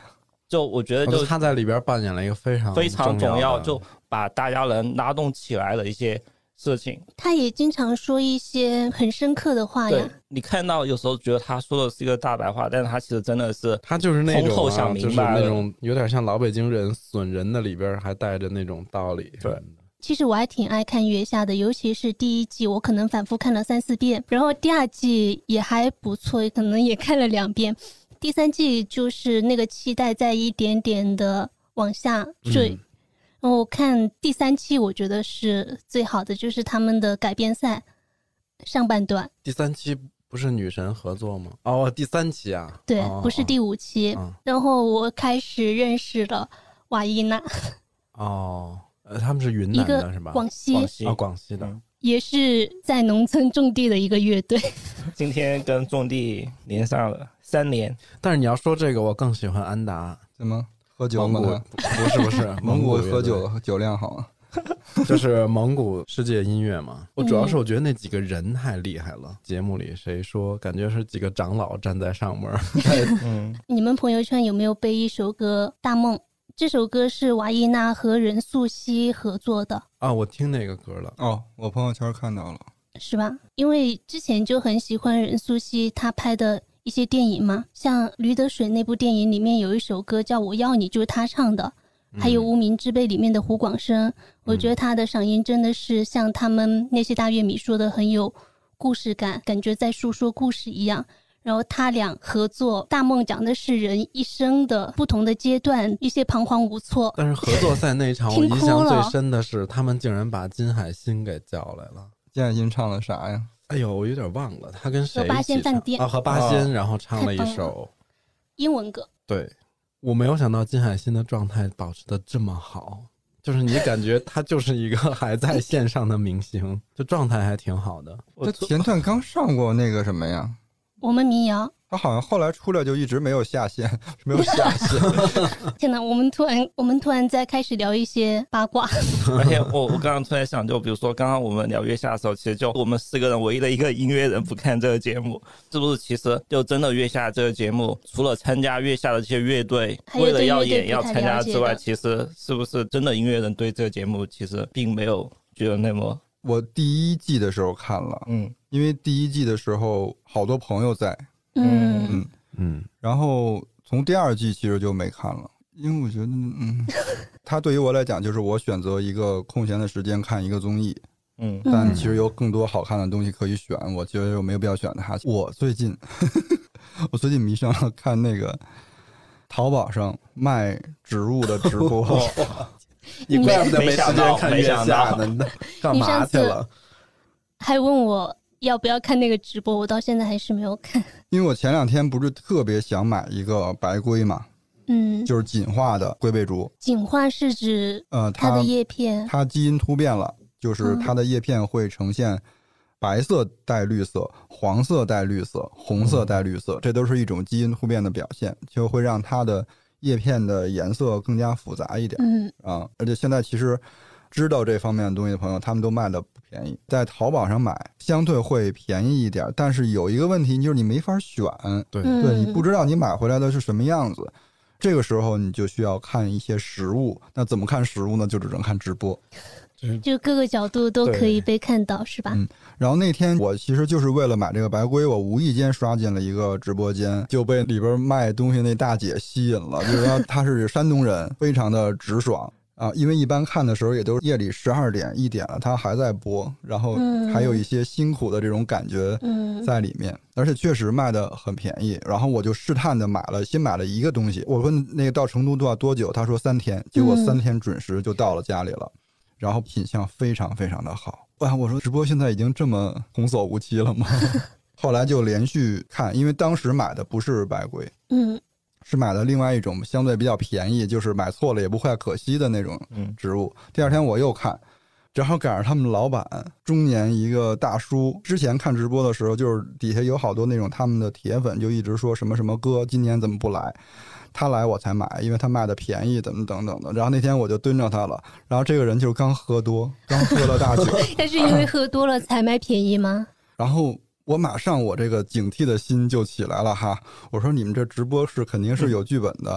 就我觉得他在里边扮演了一个非常重要，就把大家人拉动起来的一些事情。 他也经常说一些很深刻的话呀。 对，你看到有时候觉得他说的是一个大白话，但是他其实真的是他就是那种、 通透想明白就是那种有点像老北京人损人的里边还带着那种道理。 对， 其实我还挺爱看月下的，尤其是第一季我可能反复看了3-4遍，然后第二季也还不错，可能也看了2遍，第3季就是那个期待在一点点的往下坠。然后看第3期我觉得是最好的，就是他们的改编赛上半段。 第3期不是女神合作吗？哦，第3期啊。 对，不是第5期。然后我开始认识了瓦伊娜。 他们是云南的是吧？ 广西。 广西的。 也是在农村种地的一个乐队。 今天跟种地连上了3年。 但是你要说这个，我更喜欢安达。 怎么喝酒吗？ 不是蒙古喝酒酒量好啊。 就是蒙古世界音乐嘛。我主要是我觉得那几个人太厉害了。节目里谁说感觉是几个长老站在上面。 你们朋友圈有没有背一首歌《大梦》？这首歌是瓦伊娜和任素汐合作的。 我听那个歌了。 我朋友圈看到了。 是吧？因为之前就很喜欢任素汐她拍的一些电影嘛，像《驴得水》那部电影里面有一首歌叫《我要你》，就是他唱的。还有《无名之辈》里面的胡广生，我觉得他的嗓音真的是像他们那些大乐迷说的很有故事感，感觉在述说故事一样。然后他俩合作《大梦》讲的是人一生的不同的阶段，一些彷徨无措。 但是合作赛那一场我印象最深的是他们竟然把金海心给叫来了。 金海心唱了啥呀？ 哎呦，我有点忘了，他跟谁一起唱？ 和八仙饭店和八仙，然后唱了一首英文歌。 对，我没有想到金海心的状态保持的这么好，就是你感觉他就是一个还在线上的明星，就状态还挺好的。 他前段刚上过那个什么呀？ 我们民谣。 他好像后来出来就一直没有下线，没有下线。 天哪，我们突然在开始聊一些八卦。 而且我刚刚突然想，就比如说刚刚我们聊月下的时候，其实就我们4个人唯一的一个音乐人不看这个节目，是不是？其实就真的月下这个节目，除了参加月下的这些乐队为了要演要参加之外，其实是不是真的音乐人对这个节目其实并没有觉得那么。 我第1季的时候看了，因为第1季的时候好多朋友在。然后从第2季其实就没看了，因为我觉得它对于我来讲就是我选择一个空闲的时间看一个综艺，但其实有更多好看的东西可以选，我觉得我没有必要选它。我最近迷上了看那个淘宝上卖植物的直播。 你怪不得没时间看月下呢，干嘛去了？ 还问我要不要看那个直播，我到现在还是没有看。 因为我前2天不是特别想买一个白龟嘛，就是锦化的龟背竹。 锦化是指它的叶片， 它基因突变了，就是它的叶片会呈现白色带绿色、黄色带绿色、红色带绿色，这都是一种基因突变的表现，就会让它的叶片的颜色更加复杂一点。而且现在其实知道这方面的东西的朋友，他们都卖的不便宜，在淘宝上买相对会便宜一点，但是有一个问题就是你没法选。对，你不知道你买回来的是什么样子，这个时候你就需要看一些实物。那怎么看实物呢？就只能看直播， 就各个角度都可以被看到，是吧？ 然后那天我其实就是为了买这个白龟，我无意间刷进了一个直播间，就被里边卖东西那大姐吸引了。就是说她是山东人，非常的直爽因为一般看的时候也都是夜里12点1点了，她还在播，然后还有一些辛苦的这种感觉在里面，而且确实卖的很便宜。然后我就试探的先买了一个东西，我问那个到成都要多久，他说3天，结果3天准时就到了家里了。然后品相非常非常的好。我说直播现在已经这么童叟无欺了吗？后来就连续看，因为当时买的不是白龟，是买的另外一种相对比较便宜，就是买错了也不会可惜的那种植物。第2天我又看，正好赶上他们老板中年一个大叔，之前看直播的时候就是底下有好多那种他们的铁粉就一直说什么什么哥今年怎么不来，他来我才买，因为他卖的便宜怎么等等的。然后那天我就蹲着他了，然后这个人就刚喝了大酒。 他是因为喝多了才买便宜吗？ 然后我马上这个警惕的心就起来了哈，我说你们这直播是肯定是有剧本的。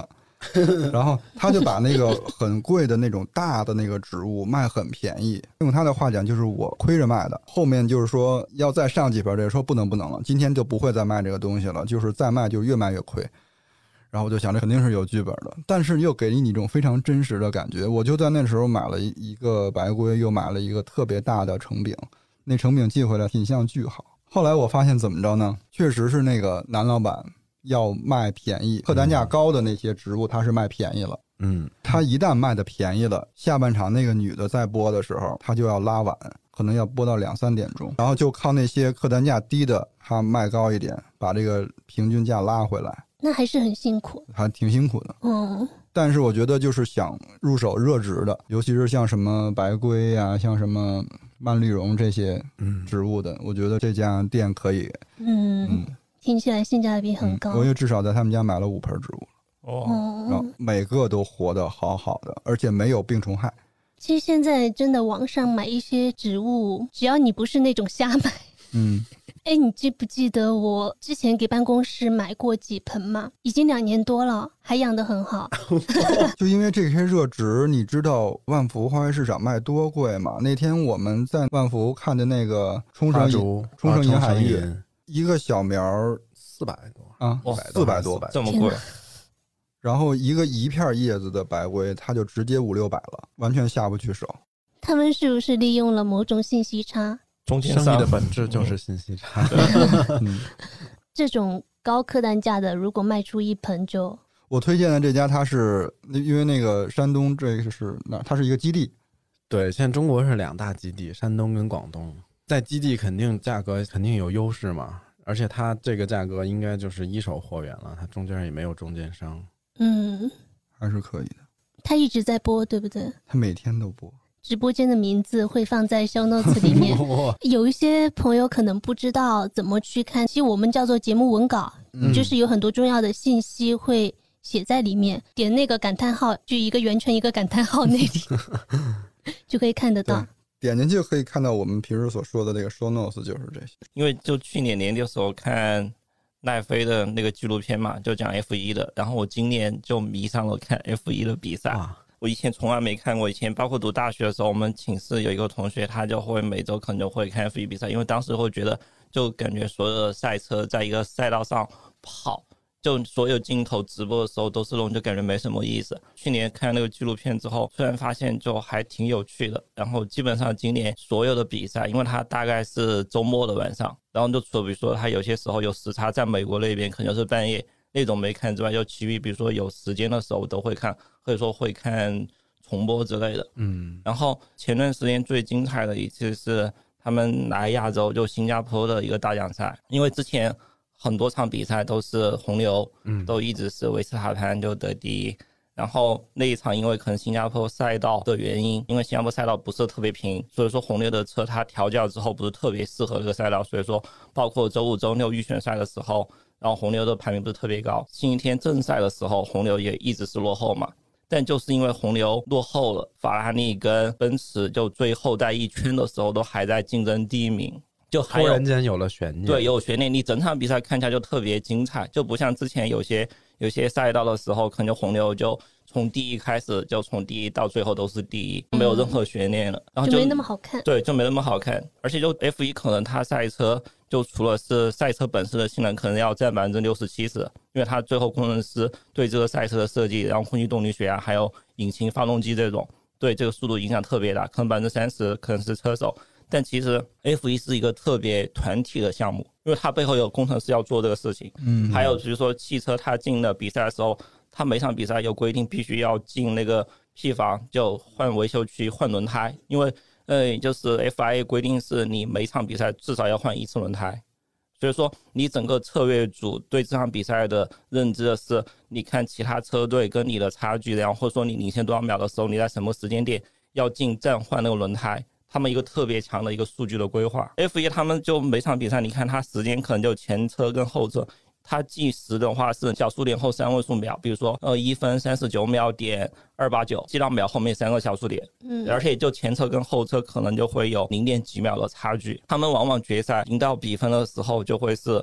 然后他就把那个很贵的那种大的那个植物卖很便宜，用他的话讲就是我亏着卖的，后面就是说要再上几盆，这说不能了，今天就不会再卖这个东西了，就是再卖就越卖越亏。然后我就想这肯定是有剧本的，但是又给你一种非常真实的感觉。我就在那时候买了一个白龟，又买了一个特别大的成饼，那成饼寄回来品相巨好。后来我发现怎么着呢，确实是那个男老板要卖便宜，客单价高的那些植物他是卖便宜了，他一旦卖的便宜了，下半场那个女的在播的时候他就要拉晚，可能要播到2-3点钟，然后就靠那些客单价低的他卖高一点，把这个平均价拉回来。 那还是很辛苦， 还挺辛苦的。但是我觉得就是想入手热植的，尤其是像什么白龟啊，像什么蔓绿绒这些植物的，我觉得这家店可以。 听起来性价比很高。 我也至少在他们家买了5盆植物然后每个都活得好好的，而且没有病虫害。 其实现在真的网上买一些植物，只要你不是那种瞎买，你记不记得我之前给办公室买过几盆嘛？已经2年多了，还养得很好。 就因为这些热植，你知道万福花卉市场卖多贵吗？那天我们在万福看的那个冲绳银海玉，一个小苗 400多啊，400多， 这么贵。 然后一片叶子的白龟，它就直接500-600了，完全下不去手。 他们是不是利用了某种信息差？ 生意的本质就是信息差。 这种高客单价的，如果卖出一盆就…… 我推荐的这家，它是因为那个山东这个是哪？它是一个基地。 对，现在中国是2大基地，山东跟广东。在基地肯定价格肯定有优势嘛，而且它这个价格应该就是一手货源了，它中间也没有中间商。 还是可以的。 它一直在播，对不对？ 它每天都播。 直播间的名字会放在 show notes 里面。有一些朋友可能不知道怎么去看，其实我们叫做节目文稿，就是有很多重要的信息会写在里面，点那个感叹号，就一个圆圈一个感叹号那里就可以看得到。 点进去就可以看到我们平时所说的这个 show notes 就是这些。 因为就去年年底的时候看奈飞的那个纪录片嘛，就讲 F1 的，然后我今年就迷上了看 F1 的比赛。我以前从来没看过，以前包括读大学的时候，我们寝室有一个同学，他就会每周可能就会看 F1 比赛，因为当时会觉得就感觉所有的赛车在一个赛道上跑，就所有镜头直播的时候都是那种，就感觉没什么意思。去年看那个纪录片之后，虽然发现就还挺有趣的，然后基本上今年所有的比赛，因为它大概是周末的晚上，然后就除了比如说它有些时候有时差，在美国那边可能就是半夜那种没看之外，就其余比如说有时间的时候都会看，或者说会看重播之类的。然后前段时间最精彩的一次是他们来亚洲，就新加坡的一个大奖赛，因为之前很多场比赛都是红牛，都一直是维斯塔潘就得第一。然后那一场因为可能新加坡赛道的原因，因为新加坡赛道不是特别平，所以说红牛的车它调教之后不是特别适合这个赛道，所以说包括周5周6预选赛的时候，然后红牛的排名不是特别高，星期天正赛的时候红牛也一直是落后嘛。但就是因为红牛落后了，法拉利跟奔驰就最后在一圈的时候都还在竞争第一名，就还突然间有了悬念。 对，有悬念，你整场比赛看起来就特别精彩，就不像之前有些赛道的时候，可能就红牛就从第一开始就从第一到最后都是第一，没有任何悬念了，然后就没那么好看。 对，就没那么好看。而且就 F1 可能它赛车就除了是赛车本身的性能可能要占60-70%，因为它最后工程师对这个赛车的设计，然后空气动力学啊，还有引擎发动机这种，对这个速度影响特别大，可能30%可能是车手。但其实 F1 是一个特别团体的项目，因为它背后有工程师要做这个事情。还有比如说汽车它进了比赛的时候，它每场比赛有规定必须要进那个 P 房，就换维修区换轮胎，因为就是 FIA 规定是你每场比赛至少要换1次轮胎。所以说你整个策略组对这场比赛的认知的是，你看其他车队跟你的差距，然后或者说你领先多少秒的时候，你在什么时间点要进站换那个轮胎，他们一个特别强的一个数据的规划。F1 他们就每场比赛你看他时间可能就前车跟后车，它计时的话是小数点后3位数秒，比如说1分39秒点289，计到秒后面3个小数点，而且就前车跟后车可能就会有0点几秒的差距。他们往往决赛赢到比分的时候就会是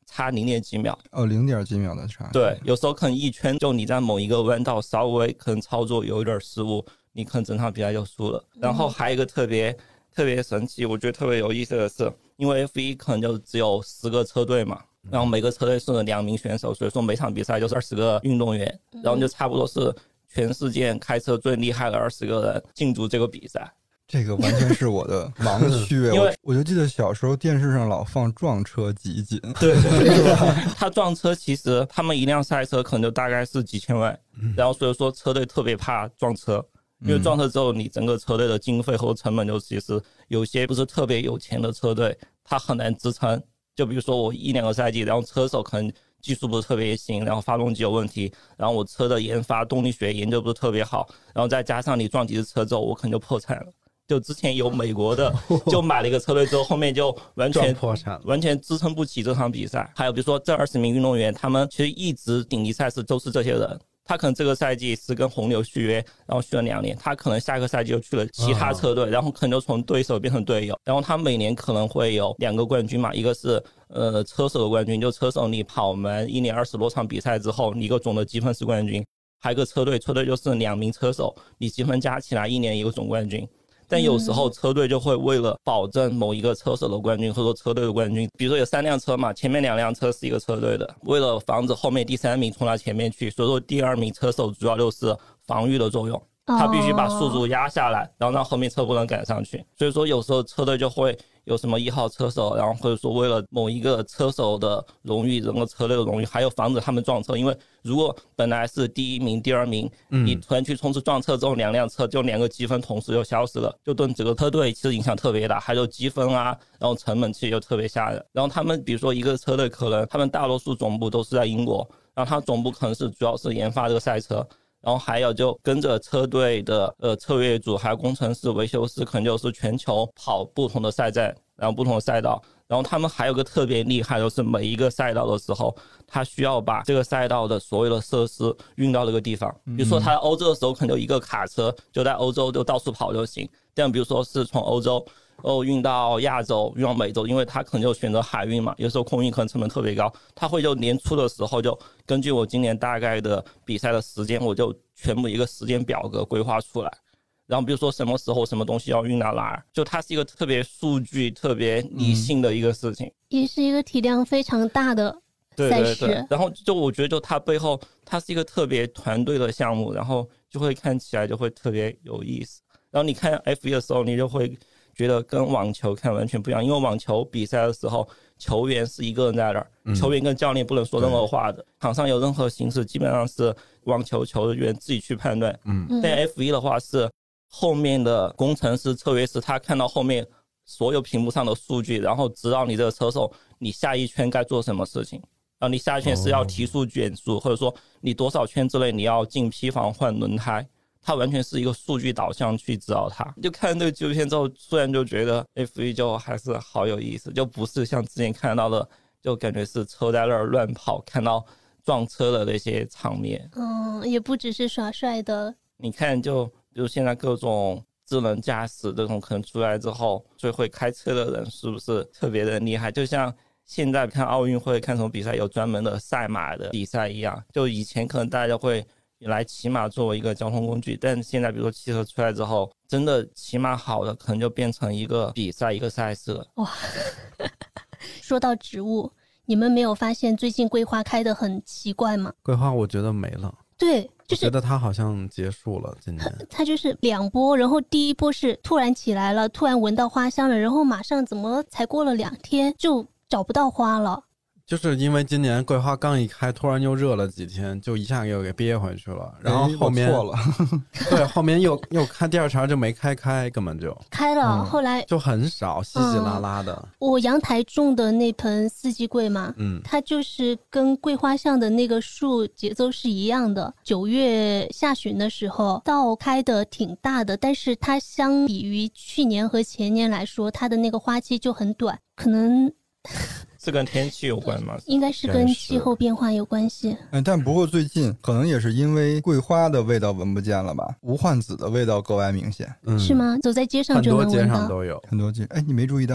差0点几秒 0点几秒的差。 对，有时候可能一圈就你在某一个弯道稍微可能操作有一点失误，你可能整场比赛就输了。然后还有一个特别神奇，我觉得特别有意思的是，因为 F1 可能就只有10个车队嘛，然后每个车队是2名选手，所以说每场比赛就是20个运动员，然后就差不多是全世界开车最厉害的20个人竞逐这个比赛。 这个完全是我的盲区。因为我就记得小时候电视上老放撞车集锦。 对，他撞车其实他们一辆赛车可能就大概是几千万，然后所以说车队特别怕撞车，因为撞车之后你整个车队的经费和成本就其实有些不是特别有钱的车队他很难支撑。就比如说我1-2个赛季，然后车手可能技术不是特别行，然后发动机有问题，然后我车的研发动力学研究不是特别好，然后再加上你撞几次车之后我可能就破产了。就之前有美国的就买了一个车队之后后面就完全破产， 完全支撑不起这场比赛。还有比如说这20名运动员他们其实一直顶级赛事都是这些人，他可能这个赛季是跟红牛续约，然后续了2年，他可能下个赛季就去了其他车队，然后可能就从对手变成队友，然后他每年可能会有2个冠军嘛，一个是车手的冠军，就车手你跑完1年20多场比赛之后你一个总的积分是冠军，还有一个车队就是2名车手，你积分加起来1年一个总冠军。但有时候车队就会为了保证某一个车手的冠军或者说车队的冠军，比如说有3辆车嘛，前面2辆车是一个车队的，为了防止后面第3名冲到前面去，所以说第2名车手主要就是防御的作用，他必须把速度压下来，然后让后面车不能赶上去。所以说有时候车队就会有什么1号车手，然后或者说为了某一个车手的荣誉，整个车队的荣誉，还有防止他们撞车。因为如果本来是第1名第2名你突然去冲刺撞车之后2辆车就2个积分同时就消失了，就对整个车队其实影响特别大，还有积分啊，然后成本其实就特别吓人。然后他们比如说一个车队可能他们大多数总部都是在英国，然后他总部可能是主要是研发这个赛车，然后还有就跟着车队的策略组还有工程师维修师可能就是全球跑不同的赛站，然后不同的赛道，然后他们还有个特别厉害的是每一个赛道的时候他需要把这个赛道的所有的设施运到这个地方。比如说他在欧洲的时候可能有一个卡车就在欧洲就到处跑就行，但比如说是从欧洲运到亚洲运到美洲，因为他可能就选择海运嘛，有时候空运可能成本特别高，他会就年初的时候就根据我今年大概的比赛的时间，我就全部一个时间表格规划出来，然后比如说什么时候什么东西要运到哪儿，就它是一个特别数据特别理性的一个事情， 也是一个体量非常大的赛事。 对，然后就我觉得就它背后它是一个特别团队的项目，然后就会看起来就会特别有意思。然后你看 F1 的时候你就会觉得跟网球看完全不一样，因为网球比赛的时候球员是一个人在那儿，球员跟教练不能说任何话的，场上有任何形势基本上是网球球员自己去判断。但 F1 的话是后面的工程师策略师他看到后面所有屏幕上的数据，然后指导你这个车手你下一圈该做什么事情，然后你下一圈是要提速减速，或者说你多少圈之内你要进坯房换轮胎，它完全是一个数据导向去指导它。就看这个纪录片之后突然就觉得 F1 就还是好有意思，就不是像之前看到的就感觉是车在那儿乱跑看到撞车的那些场面。 也不只是耍帅的。 你看就比如现在各种智能驾驶这种可能出来之后，最会开车的人是不是特别的厉害，就像现在看奥运会看什么比赛有专门的赛马的比赛一样，就以前可能大家会来骑马作为一个交通工具，但现在比如说汽车出来之后，真的骑马好的可能就变成一个比赛一个赛事了。 哇，说到植物，你们没有发现最近桂花开得很奇怪吗？ 桂花我觉得没了。 对，就是我觉得它好像结束了今年。 它就是2波，然后第一波是突然起来了，突然闻到花香了，然后马上怎么才过了2天就找不到花了。 就是因为今年桂花刚一开，突然又热了几天，就一下又给憋回去了。然后后面错了， 对，后面又开第2茬就没开，根本就开了，后来就很少，稀稀拉拉的。 我阳台种的那盆四季桂嘛，它就是跟桂花巷的那个树节奏是一样的。9月下旬的时候倒开的挺大的，但是它相比于去年和前年来说，它的那个花期就很短，可能是跟天气有关吗？ 应该是跟气候变化有关系。 但不过最近可能也是因为桂花的味道闻不见了吧，无患子的味道格外明显。 是吗？走在街上就能闻到， 很多街上都有， 很多街。你没注意到吗？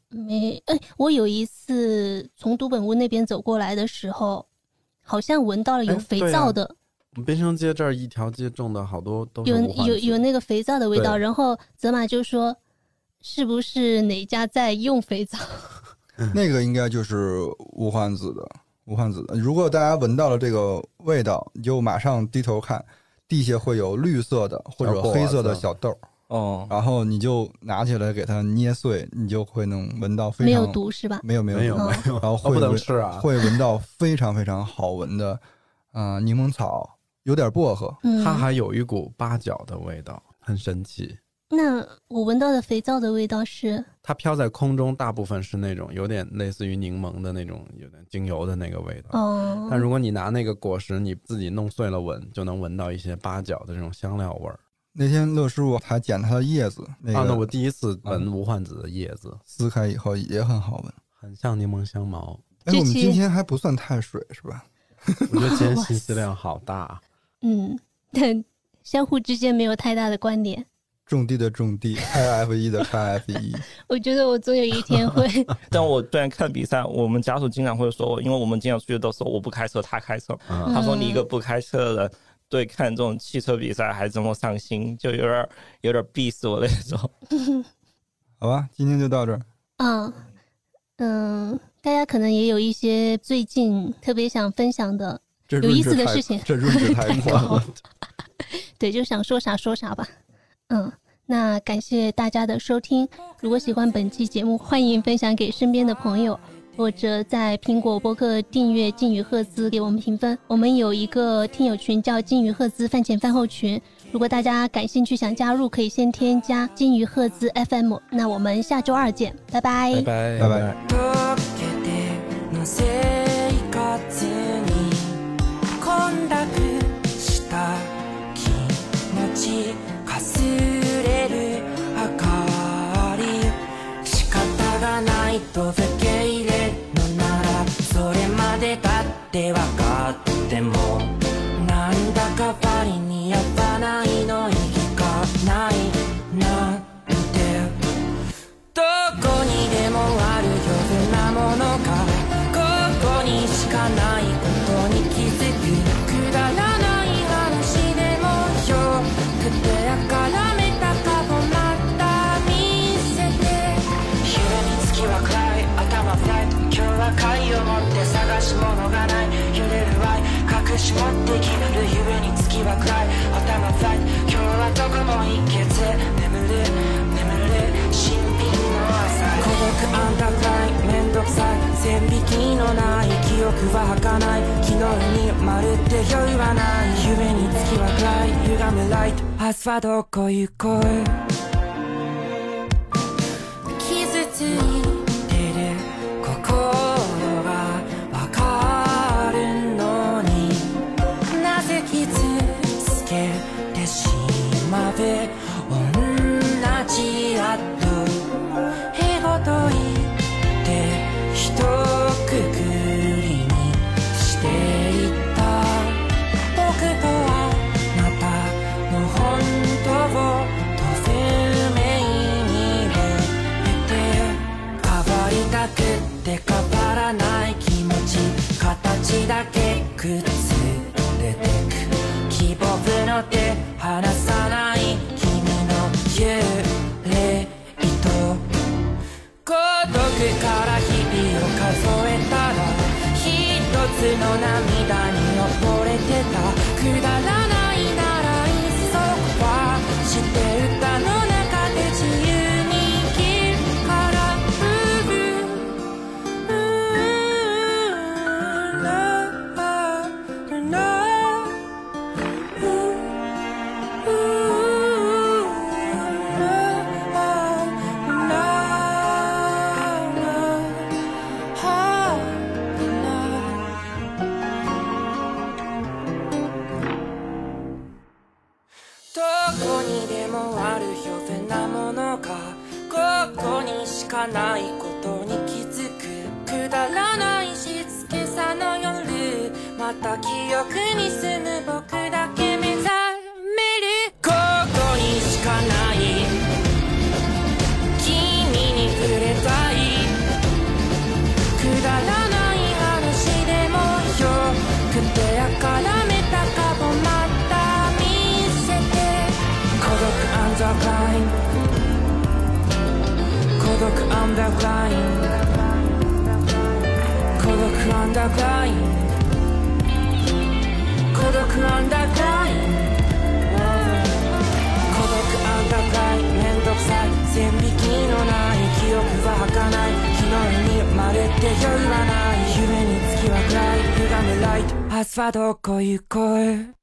没，我有一次从都本屋那边走过来的时候，好像闻到了有肥皂的。 滨生街这儿一条街种的好多都是有那个肥皂的味道，然后泽马就说是不是哪家在用肥皂？ 那个应该就是无患子的。如果大家闻到了这个味道，你就马上低头看，地下会有绿色的或者黑色的小豆哦，然后你就拿起来给它捏碎，你就会能闻到非常没有毒是吧？ 没有，然后会不能吃啊， 会闻到非常非常好闻的柠檬草，有点薄荷， 它还有一股八角的味道，很神奇。 那我闻到的肥皂的味道是？ 它飘在空中，大部分是那种有点类似于柠檬的那种，有点精油的那个味道。哦。但如果你拿那个果实，你自己弄碎了闻，就能闻到一些八角的这种香料味儿。 那天乐师傅还捡它的叶子， 那我第一次闻无患子的叶子， 撕开以后也很好闻， 很像柠檬香茅。 我们今天还不算太水是吧？ 我觉得今天信息量好大。 但相互之间没有太大的关联。 种地的种地，开 F1 的开 F1。 我觉得我总有一天会。 但我虽然看比赛，我们家属经常会说，因为我们经常出去都说我不开车，他开车。他说你一个不开车的人，对看这种汽车比赛还这么上心，就有点逼死我那种。 好吧，今天就到这儿。 大家可能也有一些最近特别想分享的有意思的事情。 这润质太宽了。 对，就想说啥说啥吧。那感谢大家的收听。如果喜欢本期节目，欢迎分享给身边的朋友，或者在苹果播客订阅金鱼赫兹，给我们评分。我们有一个听友群叫金鱼赫兹饭前饭后群，如果大家感兴趣想加入，可以先添加金鱼赫兹 FM。 那我们下周2见，拜拜拜拜拜拜。かすれる明かり仕方がないと受け入れるのならそれまでだって分かってもなんだか割に合わないの意義がないなんてどこにでもある余分なものがここにしかないことに気づくくだらない話でもよくてやからめた過去また見せて夢に月は暗い頭フライ今日は貝を持って探し物がない揺れる愛隠し持って生きる夢に月は暗い頭フライ今日はどこも行けず眠る新品の朝孤独アンダーフライめんどくさい線引きのない記憶は儚い昨日にまるで酔いはない夢に月は暗い歪むライト明日はどこ行こう傷ついてる心がわかるのになぜ傷つけてしまう同じあとへごといてひとくくりにしていった僕とはまたの本当を透明に入れて変わりたくって変わらない気持ち形だけくっつれてく希望の手離さない君の幽霊と孤独から日々を数えたら一つの涙に溺れてたくだらないならいっそ壊して歌の中で自由に生きるからどこにでもある余分なものがここにしかないことに気づくくだらない静けさの夜また記憶に住む僕だけ目覚めるここにしかない君に触れたいダーグライン孤独アンダーグライン孤独アンダーグライン孤独アンダーグラインめんどくさい線引きのない記憶は儚い昨日に生まれて余裕はない夢に月は暗い歪むライト明日はどこ行こう